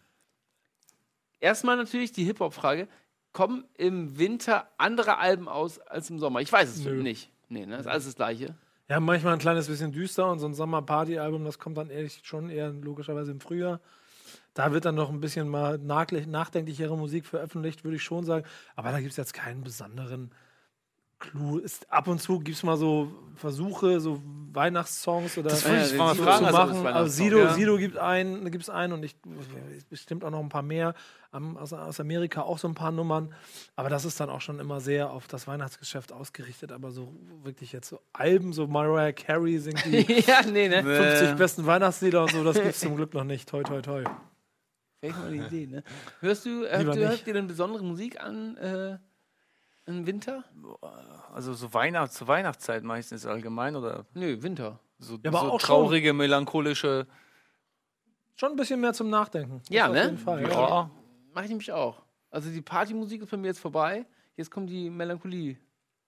Speaker 1: Erstmal natürlich die Hip-Hop-Frage. Kommen im Winter andere Alben aus als im Sommer? Ich weiß es
Speaker 2: Nö.
Speaker 1: nicht. Nee, ne? Das ist alles das Gleiche.
Speaker 2: Ja, manchmal ein kleines bisschen düster und so ein Sommer-Party-Album, das kommt dann ehrlich schon eher logischerweise im Frühjahr. Da wird dann noch ein bisschen mal nachdenklich- nachdenklichere Musik veröffentlicht, würde ich schon sagen. Aber da gibt es jetzt keinen besonderen Clou. Ist, ab und zu gibt es mal so Versuche, so Weihnachtssongs oder
Speaker 3: Das
Speaker 1: Ja,
Speaker 3: wollte
Speaker 1: ja,
Speaker 3: ich mal
Speaker 1: Sido
Speaker 3: fragen.
Speaker 1: zu
Speaker 3: Also,
Speaker 1: machen.
Speaker 3: das
Speaker 1: machen.
Speaker 3: war
Speaker 2: Also Sido,
Speaker 3: ja.
Speaker 2: Sido gibt einen, gibt's einen und ich bestimmt auch noch ein paar mehr. Am- Aus, aus Amerika auch so ein paar Nummern. Aber das ist dann auch schon immer sehr auf das Weihnachtsgeschäft ausgerichtet. Aber so wirklich jetzt so Alben, so Mariah Carey singt die
Speaker 1: ja, nee, ne?
Speaker 2: fünfzig besten Weihnachtslieder und so, das gibt es zum Glück noch nicht. Toi, toi, toi.
Speaker 1: Vielleicht mal eine Idee, ne? Hörst du, hört,
Speaker 2: Lieber
Speaker 1: du
Speaker 2: nicht.
Speaker 1: hört dir denn besondere Musik an äh, im Winter?
Speaker 3: Also so Weihnacht, zur Weihnachtszeit meistens allgemein oder
Speaker 1: Nö, Winter.
Speaker 3: so,
Speaker 2: Ja, aber
Speaker 3: so
Speaker 2: auch
Speaker 3: traurige, melancholische.
Speaker 2: Schon ein bisschen mehr zum Nachdenken. Das
Speaker 1: Ja,
Speaker 2: auf
Speaker 1: ne?
Speaker 2: jeden Fall, ja.
Speaker 3: Ja.
Speaker 1: Mach ich nämlich auch. Also die Partymusik ist bei mir jetzt vorbei. Jetzt kommt die Melancholie.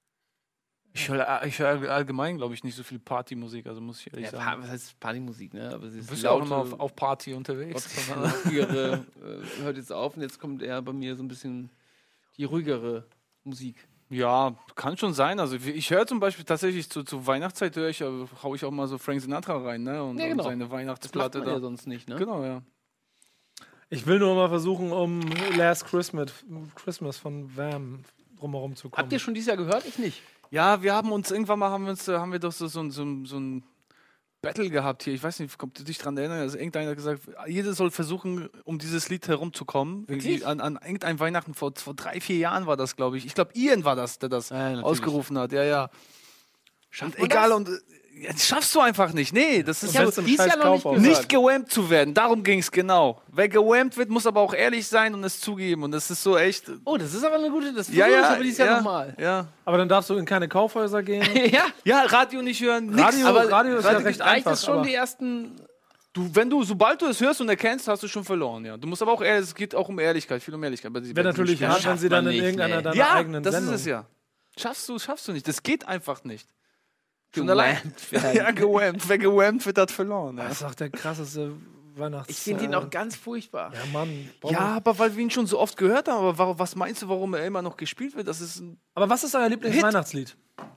Speaker 3: Ich höre ich hör allgemein, glaube ich, nicht so viel Partymusik, also muss ich ehrlich
Speaker 1: Ja,
Speaker 3: sagen.
Speaker 1: Pa- was heißt Partymusik, ne? Aber sie
Speaker 3: Du
Speaker 1: ist
Speaker 3: bist ja auch
Speaker 1: laute,
Speaker 3: immer auf, auf Party unterwegs.
Speaker 1: ruhigere, äh, hört jetzt auf und jetzt kommt eher bei mir so ein bisschen die ruhigere Musik.
Speaker 3: Ja, kann schon sein. Also ich höre zum Beispiel tatsächlich zu, zu Weihnachtszeit höre ich, also, hau ich auch mal so Frank Sinatra rein, ne? Und,
Speaker 1: Ja, genau.
Speaker 3: und seine
Speaker 1: Das macht
Speaker 3: Weihnachtsplatte
Speaker 1: man
Speaker 3: da.
Speaker 1: ja sonst nicht, ne?
Speaker 3: Genau, ja.
Speaker 2: Ich will nur mal versuchen, um Last Christmas, Christmas von Wham drumherum zu kommen.
Speaker 1: Habt ihr schon dieses Jahr gehört? Ich nicht.
Speaker 3: Ja, wir haben uns irgendwann mal haben wir uns, äh, haben wir doch so, so, so, so ein Battle gehabt hier. Ich weiß nicht, ob du dich daran erinnerst. Also irgendeiner hat gesagt, jeder soll versuchen, um dieses Lied herumzukommen. Irgendwie an, an irgendein Weihnachten vor, vor drei, vier Jahren war das, glaube ich. Ich glaube, Ian war das, der das
Speaker 1: Ja, natürlich.
Speaker 3: ausgerufen hat. Ja, ja.
Speaker 1: Schafft
Speaker 3: Und egal, und äh, ja, das schaffst du einfach nicht. Nee, das ist
Speaker 2: Und
Speaker 3: so.
Speaker 2: wenn's im
Speaker 1: dies
Speaker 2: scheiß
Speaker 1: Jahr noch nicht
Speaker 2: Kaufhaus-
Speaker 1: gehört.
Speaker 3: Nicht gewammt zu werden, darum ging es genau. Wer gewammt wird, muss aber auch ehrlich sein und es zugeben. Und das ist so echt.
Speaker 1: Oh, das ist aber eine gute, das
Speaker 3: Ja,
Speaker 1: versuche ich
Speaker 3: ja,
Speaker 1: aber dieses Jahr
Speaker 3: ja,
Speaker 1: nochmal.
Speaker 3: ja.
Speaker 2: Aber dann darfst du in keine Kaufhäuser gehen.
Speaker 1: ja,
Speaker 3: Ja, Radio nicht hören, nix.
Speaker 2: Radio,
Speaker 1: aber
Speaker 2: Radio ist ja
Speaker 1: Radio
Speaker 2: recht
Speaker 1: reicht
Speaker 2: einfach.
Speaker 1: es schon
Speaker 2: aber
Speaker 1: die ersten.
Speaker 3: Du, wenn du, sobald du es hörst und erkennst, hast du schon verloren, ja. Du musst aber auch ehrlich, es geht auch um Ehrlichkeit, viel um Ehrlichkeit. Bei,
Speaker 2: wäre natürlich hart, wenn sie dann in
Speaker 1: nicht,
Speaker 2: irgendeiner
Speaker 1: nee.
Speaker 2: deiner
Speaker 3: ja,
Speaker 2: eigenen
Speaker 3: das
Speaker 2: Sendung.
Speaker 3: ist es ja. Schaffst du, schaffst du nicht. Das geht einfach nicht. Schon
Speaker 1: Gewammt
Speaker 3: allein.
Speaker 1: werden.
Speaker 3: Ja, gewammt. Wer gewammt wird, hat verloren. Ja,
Speaker 2: Das ist auch der krasseste Weihnachts...
Speaker 1: Ich finde ihn
Speaker 2: äh,
Speaker 1: auch ganz furchtbar.
Speaker 2: Ja, Mann. Boah.
Speaker 3: ja, aber weil wir ihn schon so oft gehört haben. Aber wa- was meinst du, warum er immer noch gespielt wird? Das ist ein.
Speaker 2: Aber was ist euer Lieblingsweihnachtslied?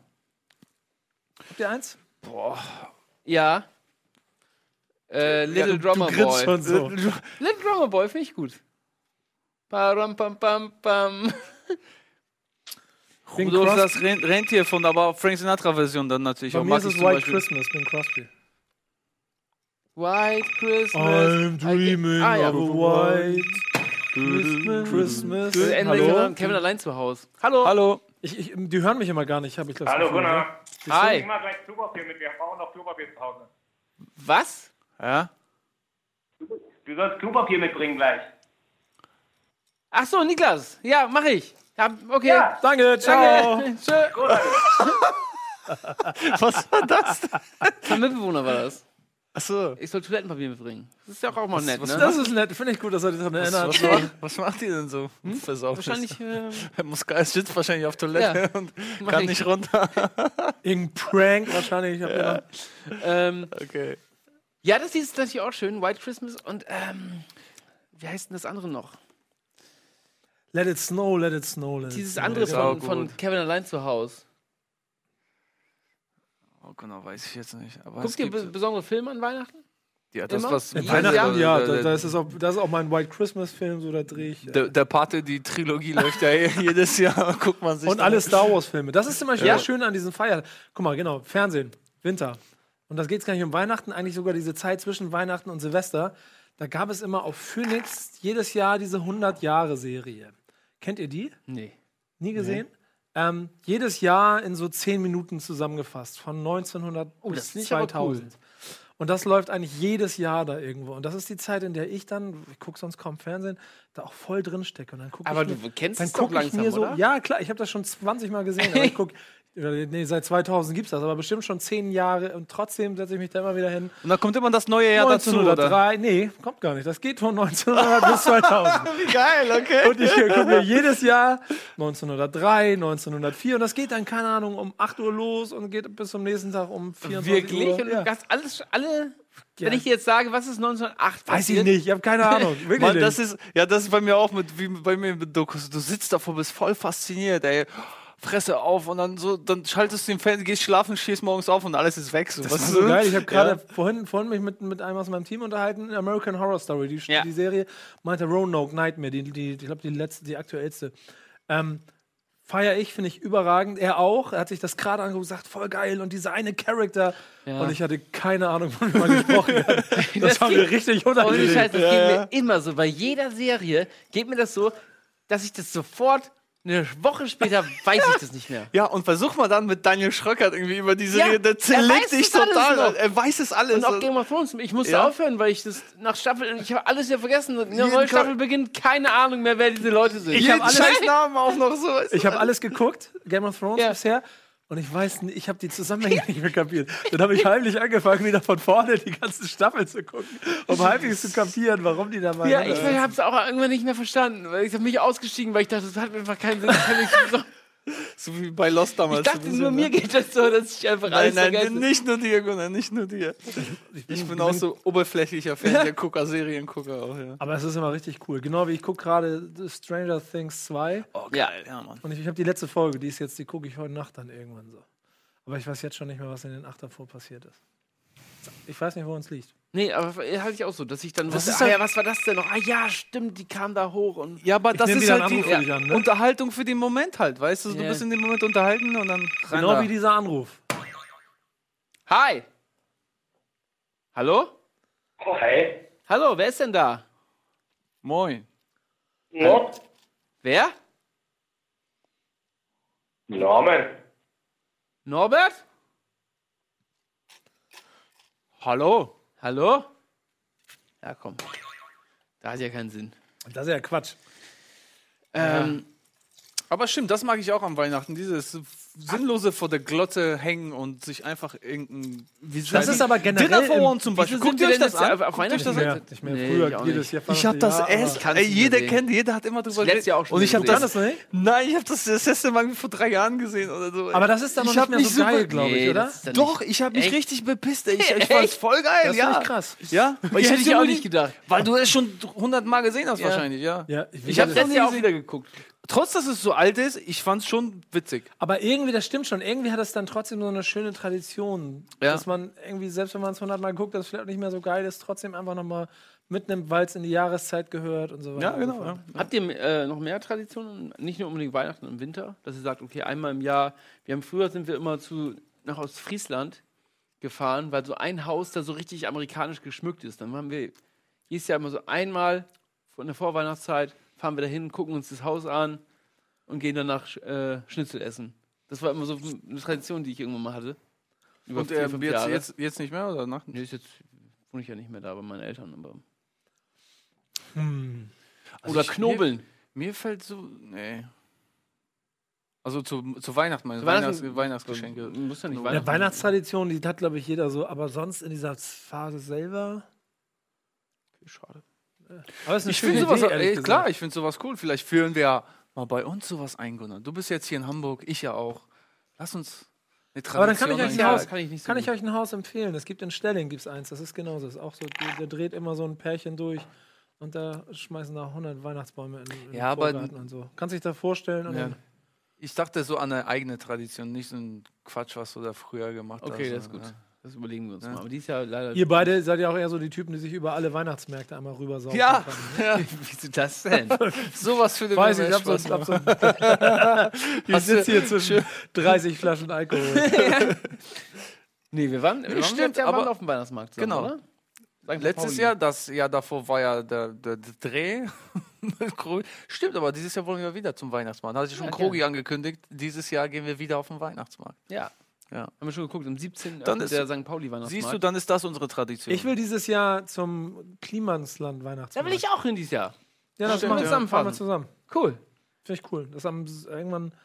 Speaker 2: Habt ihr eins?
Speaker 1: Ja. Äh, Little
Speaker 2: du-
Speaker 1: Drummer
Speaker 2: du grinst
Speaker 1: Boy.
Speaker 2: schon so.
Speaker 1: Little Drummer Boy finde ich gut. Param, pam, pam, pam.
Speaker 2: Bing
Speaker 3: Rudolf
Speaker 2: Crosby.
Speaker 3: das Ren- Rentier von, aber Frank Sinatra-Version dann natürlich.
Speaker 2: Bei
Speaker 3: auch.
Speaker 2: mir
Speaker 3: Mag
Speaker 2: ist
Speaker 3: ich
Speaker 2: es
Speaker 3: zum
Speaker 2: White
Speaker 3: Beispiel.
Speaker 2: Christmas, Bing Crosby.
Speaker 1: White Christmas.
Speaker 2: I'm dreaming
Speaker 1: Ah, ja.
Speaker 2: of a white Christmas. Christmas.
Speaker 1: Das Ende
Speaker 2: Hallo?
Speaker 1: Kevin, Kevin allein zu Hause. Hallo.
Speaker 3: Hallo.
Speaker 2: Ich, ich, die hören mich immer gar nicht, habe ich das
Speaker 8: Hallo
Speaker 2: Gefühl,
Speaker 8: Gunnar,
Speaker 2: ne?
Speaker 1: Hi.
Speaker 8: bring mal gleich Klopapier mit, wir brauchen noch Klopapier zu Hause.
Speaker 1: Was?
Speaker 3: Ja?
Speaker 8: Du sollst Klopapier mitbringen gleich.
Speaker 1: Ach so, Niklas. Ja, mach ich. Ja, okay.
Speaker 8: Ja.
Speaker 2: Danke, ciao.
Speaker 1: Danke. Tschö.
Speaker 3: Was war das?
Speaker 1: Mein Mitbewohner war das.
Speaker 3: Achso.
Speaker 1: Ich soll Toilettenpapier mitbringen. Das ist ja auch mal nett,
Speaker 3: was-
Speaker 1: ne?
Speaker 2: Das ist nett, finde ich gut, dass er sich daran
Speaker 3: Was,
Speaker 2: erinnert.
Speaker 3: was, macht, was macht ihr denn so? Hm? Versaut.
Speaker 1: Wahrscheinlich äh,
Speaker 3: Er muss geil sitzt wahrscheinlich auf Toilette
Speaker 1: Ja.
Speaker 3: und
Speaker 1: Mach
Speaker 3: kann
Speaker 1: ich.
Speaker 3: nicht runter.
Speaker 2: Irgendein Prank wahrscheinlich. Habt ihr noch-
Speaker 1: ähm,
Speaker 3: Okay.
Speaker 1: ja, das ist natürlich auch schön. White Christmas und ähm, wie heißt denn das andere noch?
Speaker 2: Let it snow, let it snow, let it
Speaker 1: Dieses
Speaker 2: snow.
Speaker 1: andere
Speaker 3: ist auch
Speaker 1: von, von
Speaker 3: gut.
Speaker 1: Kevin allein zu Hause.
Speaker 3: Oh, genau, weiß ich jetzt nicht. Aber
Speaker 1: Guckt
Speaker 3: es
Speaker 1: ihr
Speaker 3: gibt,
Speaker 1: be besondere Filme an Weihnachten?
Speaker 3: ja, das,
Speaker 1: immer?
Speaker 3: was
Speaker 1: Ja,
Speaker 2: Ja, Weihnachten, ja,
Speaker 3: der,
Speaker 2: da,
Speaker 3: der,
Speaker 2: da ist es auch, das ist auch mein White Christmas Film, so da drehe ich. äh,
Speaker 3: der, der Pate, die Trilogie läuft ja jedes Jahr. Guckt man sich
Speaker 2: Und
Speaker 3: da
Speaker 2: alle
Speaker 3: an.
Speaker 2: Star Wars Filme. Das ist zum Beispiel
Speaker 1: Ja.
Speaker 2: das Schöne an diesen Feiern. Guck mal, genau, Fernsehen, Winter. Und das geht gar nicht um Weihnachten, eigentlich sogar diese Zeit zwischen Weihnachten und Silvester. Da gab es immer auf Phoenix jedes Jahr diese hundert-Jahre-Serie. Kennt ihr die?
Speaker 1: Nee.
Speaker 2: Nie gesehen? Ähm, jedes Jahr in so zehn Minuten zusammengefasst, von neunzehnhundert
Speaker 1: Oh, das
Speaker 2: bis
Speaker 1: finde ich aber
Speaker 2: zweitausend. Und das läuft eigentlich jedes Jahr da irgendwo. Und das ist die Zeit, in der ich dann, ich gucke sonst kaum Fernsehen, da auch voll drin stecke. Und dann guck
Speaker 1: Aber
Speaker 2: ich
Speaker 1: du
Speaker 2: mir,
Speaker 1: kennst
Speaker 2: dann
Speaker 1: es doch
Speaker 2: guck ich
Speaker 1: langsam,
Speaker 2: mir so,
Speaker 1: oder?
Speaker 2: ja klar, ich habe das schon zwanzig Mal gesehen, aber ich gucke Nee, seit zweitausend gibt's das, aber bestimmt schon zehn Jahre und trotzdem setze ich mich da immer wieder hin.
Speaker 3: Und dann kommt immer das neue Jahr dazu, oder?
Speaker 2: neunzehnhundertdrei, nee, kommt gar nicht. Das geht von neunzehnhundert bis zweitausend.
Speaker 3: Wie geil, okay.
Speaker 2: Und ich gucke mir jedes Jahr neunzehnhundertdrei, neunzehnhundertvier und das geht dann, keine Ahnung, um acht Uhr los und geht bis zum nächsten Tag um vierundzwanzig
Speaker 1: Wirklich?
Speaker 2: Uhr.
Speaker 1: Und du
Speaker 2: Ja.
Speaker 1: hast alles, alle.
Speaker 2: Ja.
Speaker 1: Wenn ich dir jetzt sage, was ist neunzehnhundertacht
Speaker 2: Weiß ich
Speaker 1: passiert?
Speaker 2: nicht, ich habe keine Ahnung. Wirklich
Speaker 3: Mann,
Speaker 2: nicht.
Speaker 3: das ist, ja, das ist bei mir auch mit, wie bei mir mit Dokus. Du sitzt davor, bist voll fasziniert, ey. Fresse auf und dann so, dann schaltest du den Fernseher, gehst schlafen, stehst morgens auf und alles ist weg. So.
Speaker 2: Das
Speaker 3: Was
Speaker 2: war
Speaker 3: ist
Speaker 2: so geil. Ich habe gerade
Speaker 3: Ja.
Speaker 2: vorhin, vorhin mich mit, mit einem aus meinem Team unterhalten, American Horror Story, die,
Speaker 1: Ja.
Speaker 2: die Serie, meinte Roanoke Nightmare, die, die, ich glaube, die letzte, die aktuellste. Ähm, Feier ich, finde ich überragend. Er auch. Er hat sich das gerade angeguckt, sagt, voll geil und dieser eine Charakter.
Speaker 1: Ja.
Speaker 2: Und ich hatte keine Ahnung, von wem man gesprochen hat. Das,
Speaker 1: Das
Speaker 2: war mir
Speaker 1: geht-
Speaker 2: richtig
Speaker 1: Ohne
Speaker 2: unangenehm.
Speaker 1: Scheiß, das geht mir immer so. Bei jeder Serie geht mir das so, dass ich das sofort eine Woche später weiß ich das nicht mehr.
Speaker 3: Ja, und versuch mal dann mit Daniel Schröckert irgendwie über diese
Speaker 1: Ja,
Speaker 3: Serie, der
Speaker 1: er
Speaker 3: zerlegt
Speaker 1: weiß
Speaker 3: dich
Speaker 1: das alles
Speaker 3: total.
Speaker 1: noch.
Speaker 3: Er weiß es alles.
Speaker 1: Und auch Game of Thrones. Ich musste
Speaker 3: Ja.
Speaker 1: aufhören, weil ich das nach Staffel, ich habe alles wieder vergessen. Eine
Speaker 3: Jeden
Speaker 1: neue
Speaker 3: Ka-
Speaker 1: Staffel beginnt, keine Ahnung mehr, wer diese Leute sind.
Speaker 2: Ich
Speaker 3: Jeden
Speaker 2: hab alles-
Speaker 3: scheiß Namen auch noch so. weißt du?
Speaker 2: Ich habe alles geguckt, Game of Thrones
Speaker 1: Ja.
Speaker 2: bisher. Und ich weiß nicht, ich habe die Zusammenhänge nicht mehr kapiert. Dann habe ich heimlich angefangen, wieder von vorne die ganze Staffel zu gucken, um halbwegs zu kapieren, warum die da mal.
Speaker 1: Ja, ich habe es auch irgendwann nicht mehr verstanden. Weil ich habe mich ausgestiegen, weil ich dachte, das hat einfach keinen Sinn. Das kann nicht so.
Speaker 3: So wie bei Lost damals.
Speaker 1: Ich dachte,
Speaker 3: so ein
Speaker 1: nur
Speaker 3: bisschen,
Speaker 1: mir
Speaker 3: ne?
Speaker 1: geht das so, dass ich einfach
Speaker 3: Nein,
Speaker 1: alles
Speaker 3: nein,
Speaker 1: vergesse.
Speaker 3: nicht nur dir, Gunnar, nicht nur dir. Ich bin auch so oberflächlicher Fernsehgucker, Seriengucker auch, ja.
Speaker 2: Aber es ist immer richtig cool. Genau wie ich gucke gerade Stranger Things zwei.
Speaker 3: Oh,
Speaker 1: Ja.
Speaker 3: geil, ja, Mann.
Speaker 2: Und ich, ich habe die letzte Folge, die ist jetzt, die gucke ich heute Nacht dann irgendwann so. Aber ich weiß jetzt schon nicht mehr, was in den acht davor passiert ist. Ich weiß nicht, wo uns liegt.
Speaker 1: Nee, aber hatte ich auch so, dass ich dann
Speaker 3: Das
Speaker 1: wusste,
Speaker 3: ist
Speaker 1: ah
Speaker 3: halt-
Speaker 1: ja, was war das denn noch? Ah ja, stimmt, die kam da hoch und
Speaker 3: Ja, aber
Speaker 2: Ich
Speaker 3: das
Speaker 2: nehm
Speaker 3: ist
Speaker 2: wieder
Speaker 3: halt
Speaker 2: einen
Speaker 3: die
Speaker 2: Anruf für dich an, ne?
Speaker 3: Unterhaltung für den Moment halt, weißt du? Du
Speaker 1: Ja.
Speaker 3: bist in dem Moment unterhalten und dann rein
Speaker 2: Genau
Speaker 3: da.
Speaker 2: wie dieser Anruf.
Speaker 1: Hi. Hallo?
Speaker 8: Hi.
Speaker 1: Hallo, wer ist denn da?
Speaker 3: Moin.
Speaker 8: No.
Speaker 1: Wer?
Speaker 8: Norman.
Speaker 1: Norbert?
Speaker 3: Hallo.
Speaker 1: Hallo? Ja, komm. Da hat ja keinen Sinn.
Speaker 2: Das ist ja Quatsch.
Speaker 1: Ähm,
Speaker 3: Aber stimmt, das mag ich auch am Weihnachten. Dieses sinnlose vor der Glotze hängen und sich einfach irgendein.
Speaker 2: Das ist aber generell
Speaker 3: Dinner for
Speaker 2: im-
Speaker 3: One zum Beispiel.
Speaker 1: wieso
Speaker 3: Guckt
Speaker 1: sind
Speaker 3: ihr
Speaker 1: wir
Speaker 3: euch
Speaker 1: denn
Speaker 3: das
Speaker 1: jetzt
Speaker 3: an?
Speaker 1: auf- auf
Speaker 3: Guckt euch das
Speaker 1: Weihnachten?
Speaker 3: an?
Speaker 2: Nicht mehr.
Speaker 1: Nee,
Speaker 2: Früher
Speaker 1: ich auch
Speaker 2: jedes
Speaker 1: nicht.
Speaker 2: Jahr.
Speaker 3: Ich hab das
Speaker 2: ja,
Speaker 3: echt.
Speaker 1: kann's
Speaker 3: Ey,
Speaker 1: nicht
Speaker 3: jeder
Speaker 1: mehr sehen.
Speaker 3: kennt, jeder hat immer drüber
Speaker 1: letztes Jahr auch schon
Speaker 3: Und ich habe
Speaker 1: gesehen.
Speaker 3: das.
Speaker 2: Kann das nicht?
Speaker 3: Nein, ich habe das das letzte Mal vor drei Jahren gesehen oder so.
Speaker 2: Aber das ist dann noch
Speaker 3: Ich
Speaker 2: nicht
Speaker 3: hab
Speaker 2: mehr
Speaker 3: mich
Speaker 2: so geil,
Speaker 3: super-
Speaker 2: glaube ich,
Speaker 1: Nee,
Speaker 2: oder?
Speaker 1: das ist dann
Speaker 3: Doch,
Speaker 1: nicht-
Speaker 3: ich habe mich
Speaker 1: Echt?
Speaker 3: richtig bepisst. Ey. Ich, ich fand's voll geil,
Speaker 2: Das
Speaker 3: ja.
Speaker 2: finde ich krass.
Speaker 3: Ja, weil
Speaker 1: Das hätte
Speaker 3: hab's
Speaker 1: ich auch
Speaker 3: noch
Speaker 1: nicht
Speaker 3: nie-
Speaker 1: gedacht.
Speaker 3: Weil du es schon hundert Mal gesehen hast
Speaker 1: Ja.
Speaker 3: wahrscheinlich, ja.
Speaker 2: Ja,
Speaker 1: Ich habe
Speaker 3: das
Speaker 1: letztes
Speaker 3: noch
Speaker 1: Jahr auch
Speaker 3: nie
Speaker 1: wieder geguckt.
Speaker 3: Trotz, dass es so alt ist, ich fand's schon witzig.
Speaker 2: Aber irgendwie, das stimmt schon, irgendwie hat es dann trotzdem so eine schöne Tradition,
Speaker 3: Ja.
Speaker 2: dass man irgendwie, selbst wenn man es hundertmal guckt, dass es vielleicht nicht mehr so geil ist, trotzdem einfach nochmal mitnimmt, weil es in die Jahreszeit gehört und so weiter.
Speaker 3: Ja,
Speaker 2: und so
Speaker 3: genau.
Speaker 2: fort.
Speaker 3: Ja.
Speaker 1: Habt ihr äh, noch mehr Traditionen? Nicht nur unbedingt Weihnachten im Winter, dass ihr sagt, okay, einmal im Jahr. Wir haben früher sind wir immer zu nach Ostfriesland gefahren, weil so ein Haus da so richtig amerikanisch geschmückt ist. Dann haben wir jedes Jahr immer so einmal von der Vorweihnachtszeit fahren wir dahin, gucken uns das Haus an und gehen danach äh, Schnitzel essen. Das war immer so eine Tradition, die ich irgendwann mal hatte. Über
Speaker 3: Und
Speaker 1: vier,
Speaker 3: äh,
Speaker 1: fünf
Speaker 3: jetzt,
Speaker 1: Jahre.
Speaker 3: jetzt, jetzt nicht mehr oder nach?
Speaker 1: Nee, ist jetzt wohne ich ja nicht mehr da bei meinen Eltern. Aber
Speaker 2: Hm.
Speaker 3: Also
Speaker 1: Oder
Speaker 3: ich-
Speaker 1: Knobeln.
Speaker 3: Mir, mir fällt so. Nee. Also zu, zu Weihnachten, meine
Speaker 1: Zu
Speaker 3: Weihnachts
Speaker 1: Weihnachten-
Speaker 3: Weihnachtsgeschenke.
Speaker 1: Muss ja nicht
Speaker 3: Ja,
Speaker 2: Ja,
Speaker 1: Weihnachten.
Speaker 2: Weihnachtstradition, die hat, glaube ich, jeder so, aber sonst in dieser Phase selber.
Speaker 1: Schade.
Speaker 2: Aber es ist eine
Speaker 3: Ich
Speaker 2: schöne
Speaker 3: finde sowas,
Speaker 2: Idee, ehrlich
Speaker 3: ey,
Speaker 2: gesagt.
Speaker 3: klar, ich finde sowas cool. Vielleicht führen wir ja mal bei uns sowas ein, Gunnar. Du bist jetzt hier in Hamburg, ich ja auch. Lass uns eine Tradition
Speaker 2: Aber dann kann ich euch ein
Speaker 1: Ja,
Speaker 2: Haus,
Speaker 1: kann ich nicht so
Speaker 2: kann ich
Speaker 1: gut.
Speaker 2: euch ein Haus empfehlen. Es gibt in Stelling gibt's eins, das ist genauso. Das ist auch so, der, der dreht immer so ein Pärchen durch und da schmeißen da hundert Weihnachtsbäume in, in
Speaker 3: Ja,
Speaker 2: den
Speaker 3: aber-
Speaker 2: Vorgarten und so. Kannst dich da vorstellen und
Speaker 3: Ja.
Speaker 2: dann,
Speaker 3: Ich dachte so an eine eigene Tradition, nicht so ein Quatsch, was du da früher gemacht hast.
Speaker 1: Okay, das ist
Speaker 3: sondern,
Speaker 1: gut. Das überlegen wir uns
Speaker 3: Ja.
Speaker 1: mal. Aber die ist ja leider.
Speaker 2: ihr beide seid ja auch eher so die Typen, die sich über alle Weihnachtsmärkte einmal rübersaugen.
Speaker 3: Ja,
Speaker 2: können.
Speaker 3: ja.
Speaker 1: Wieso das denn?
Speaker 3: sowas für den
Speaker 2: Weiß ich, ich hab
Speaker 3: Spaß
Speaker 2: so, hab
Speaker 3: machen.
Speaker 2: so ich
Speaker 3: Hast du-
Speaker 2: sitze hier zwischen dreißig Flaschen Alkohol.
Speaker 1: Nee, wir waren, wir waren
Speaker 3: stimmt,
Speaker 1: letztes Jahr
Speaker 3: aber-
Speaker 1: waren auf dem Weihnachtsmarkt zusammen,
Speaker 3: Genau.
Speaker 1: oder? Sankt
Speaker 3: Letztes
Speaker 1: Pauli.
Speaker 3: Jahr, das Jahr davor war ja der, der, der Dreh. mit Krogi. Stimmt, aber dieses Jahr wollen wir wieder zum Weihnachtsmarkt. Da hatte ich schon
Speaker 1: Ja,
Speaker 3: Krogi angekündigt. Dieses Jahr gehen wir wieder auf den Weihnachtsmarkt.
Speaker 1: Ja.
Speaker 3: Ja.
Speaker 1: Haben wir schon geguckt. Am siebzehnten
Speaker 3: Dann
Speaker 1: öffnet
Speaker 3: ist-
Speaker 1: der Sankt Pauli Weihnachtsmarkt.
Speaker 3: Siehst du, dann ist das unsere Tradition.
Speaker 2: Ich will dieses Jahr zum Klimansland
Speaker 1: Da
Speaker 2: Weihnachtsmarkt.
Speaker 1: will ich auch hin dieses Jahr.
Speaker 2: Ja, das
Speaker 1: Stimmt,
Speaker 2: machen wir
Speaker 1: ja.
Speaker 2: fahren wir zusammen.
Speaker 1: Cool.
Speaker 2: Finde ich cool. Das am irgendwann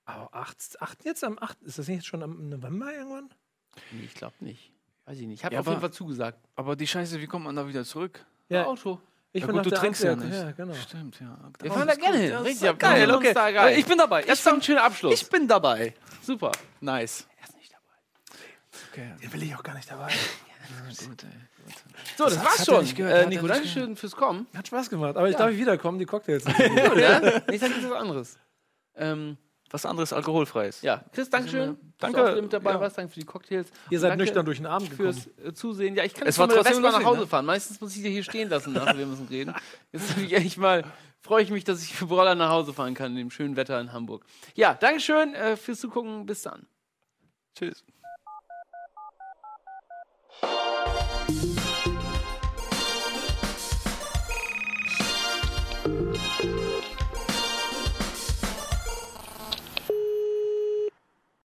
Speaker 2: Oh, acht, acht jetzt am acht Ist das nicht jetzt schon am November irgendwann?
Speaker 1: Nee, ich glaube nicht. Weiß ich nicht. Ich habe
Speaker 3: Ja,
Speaker 1: auf jeden
Speaker 3: aber-
Speaker 1: Fall zugesagt.
Speaker 3: Aber die Scheiße, wie kommt man da wieder zurück?
Speaker 2: Ja,
Speaker 1: Auto.
Speaker 2: ich
Speaker 3: Ja,
Speaker 2: bin
Speaker 3: gut,
Speaker 2: nach
Speaker 3: du
Speaker 2: der
Speaker 3: trinkst ja
Speaker 2: Antwort.
Speaker 3: nicht.
Speaker 2: Ja, genau.
Speaker 3: Stimmt, ja.
Speaker 1: Wir fahren da gerne hin.
Speaker 3: Das
Speaker 1: Richtig,
Speaker 3: ist
Speaker 1: ja,
Speaker 3: geil,
Speaker 1: wir
Speaker 3: okay.
Speaker 1: uns da geil.
Speaker 3: Ich bin dabei.
Speaker 1: Das ist doch ein schöner Abschluss.
Speaker 3: Ich bin dabei.
Speaker 1: Super.
Speaker 3: Nice.
Speaker 1: Er ist nicht dabei.
Speaker 3: Okay.
Speaker 2: Den will ich auch gar nicht dabei.
Speaker 3: Ja, gut, ey. Gut.
Speaker 1: So, das,
Speaker 3: Das
Speaker 1: war's
Speaker 3: hat er
Speaker 1: schon.
Speaker 3: nicht gehört,
Speaker 1: Äh,
Speaker 3: hat er
Speaker 1: Nico,
Speaker 3: nicht
Speaker 1: danke schön fürs Kommen.
Speaker 2: Hat Spaß gemacht. Aber ich darf wiederkommen, die Cocktails.
Speaker 1: Gut, ne? Nächstes Mal gibt's was anderes. Ähm,
Speaker 3: Was anderes alkoholfreies.
Speaker 1: ja, Chris, danke schön.
Speaker 3: Danke,
Speaker 1: Dass du auch wieder mit dabei
Speaker 3: ja.
Speaker 1: warst. Danke für die Cocktails.
Speaker 2: Ihr seid
Speaker 1: Danke
Speaker 2: nüchtern durch den Abend gekommen.
Speaker 1: fürs äh, Zusehen. Ja, ich kann
Speaker 3: Es
Speaker 1: jetzt
Speaker 3: war
Speaker 1: von der
Speaker 3: trotzdem
Speaker 1: Vespa nach
Speaker 3: lustig,
Speaker 1: Hause
Speaker 3: ne?
Speaker 1: fahren. Meistens muss ich dir hier stehen lassen, nachdem wir müssen reden. Jetzt bin ich echt mal, freue ich mich, dass ich für Broller nach Hause fahren kann in dem schönen Wetter in Hamburg. Ja, Dankeschön äh, fürs Zugucken. Bis dann.
Speaker 3: Tschüss.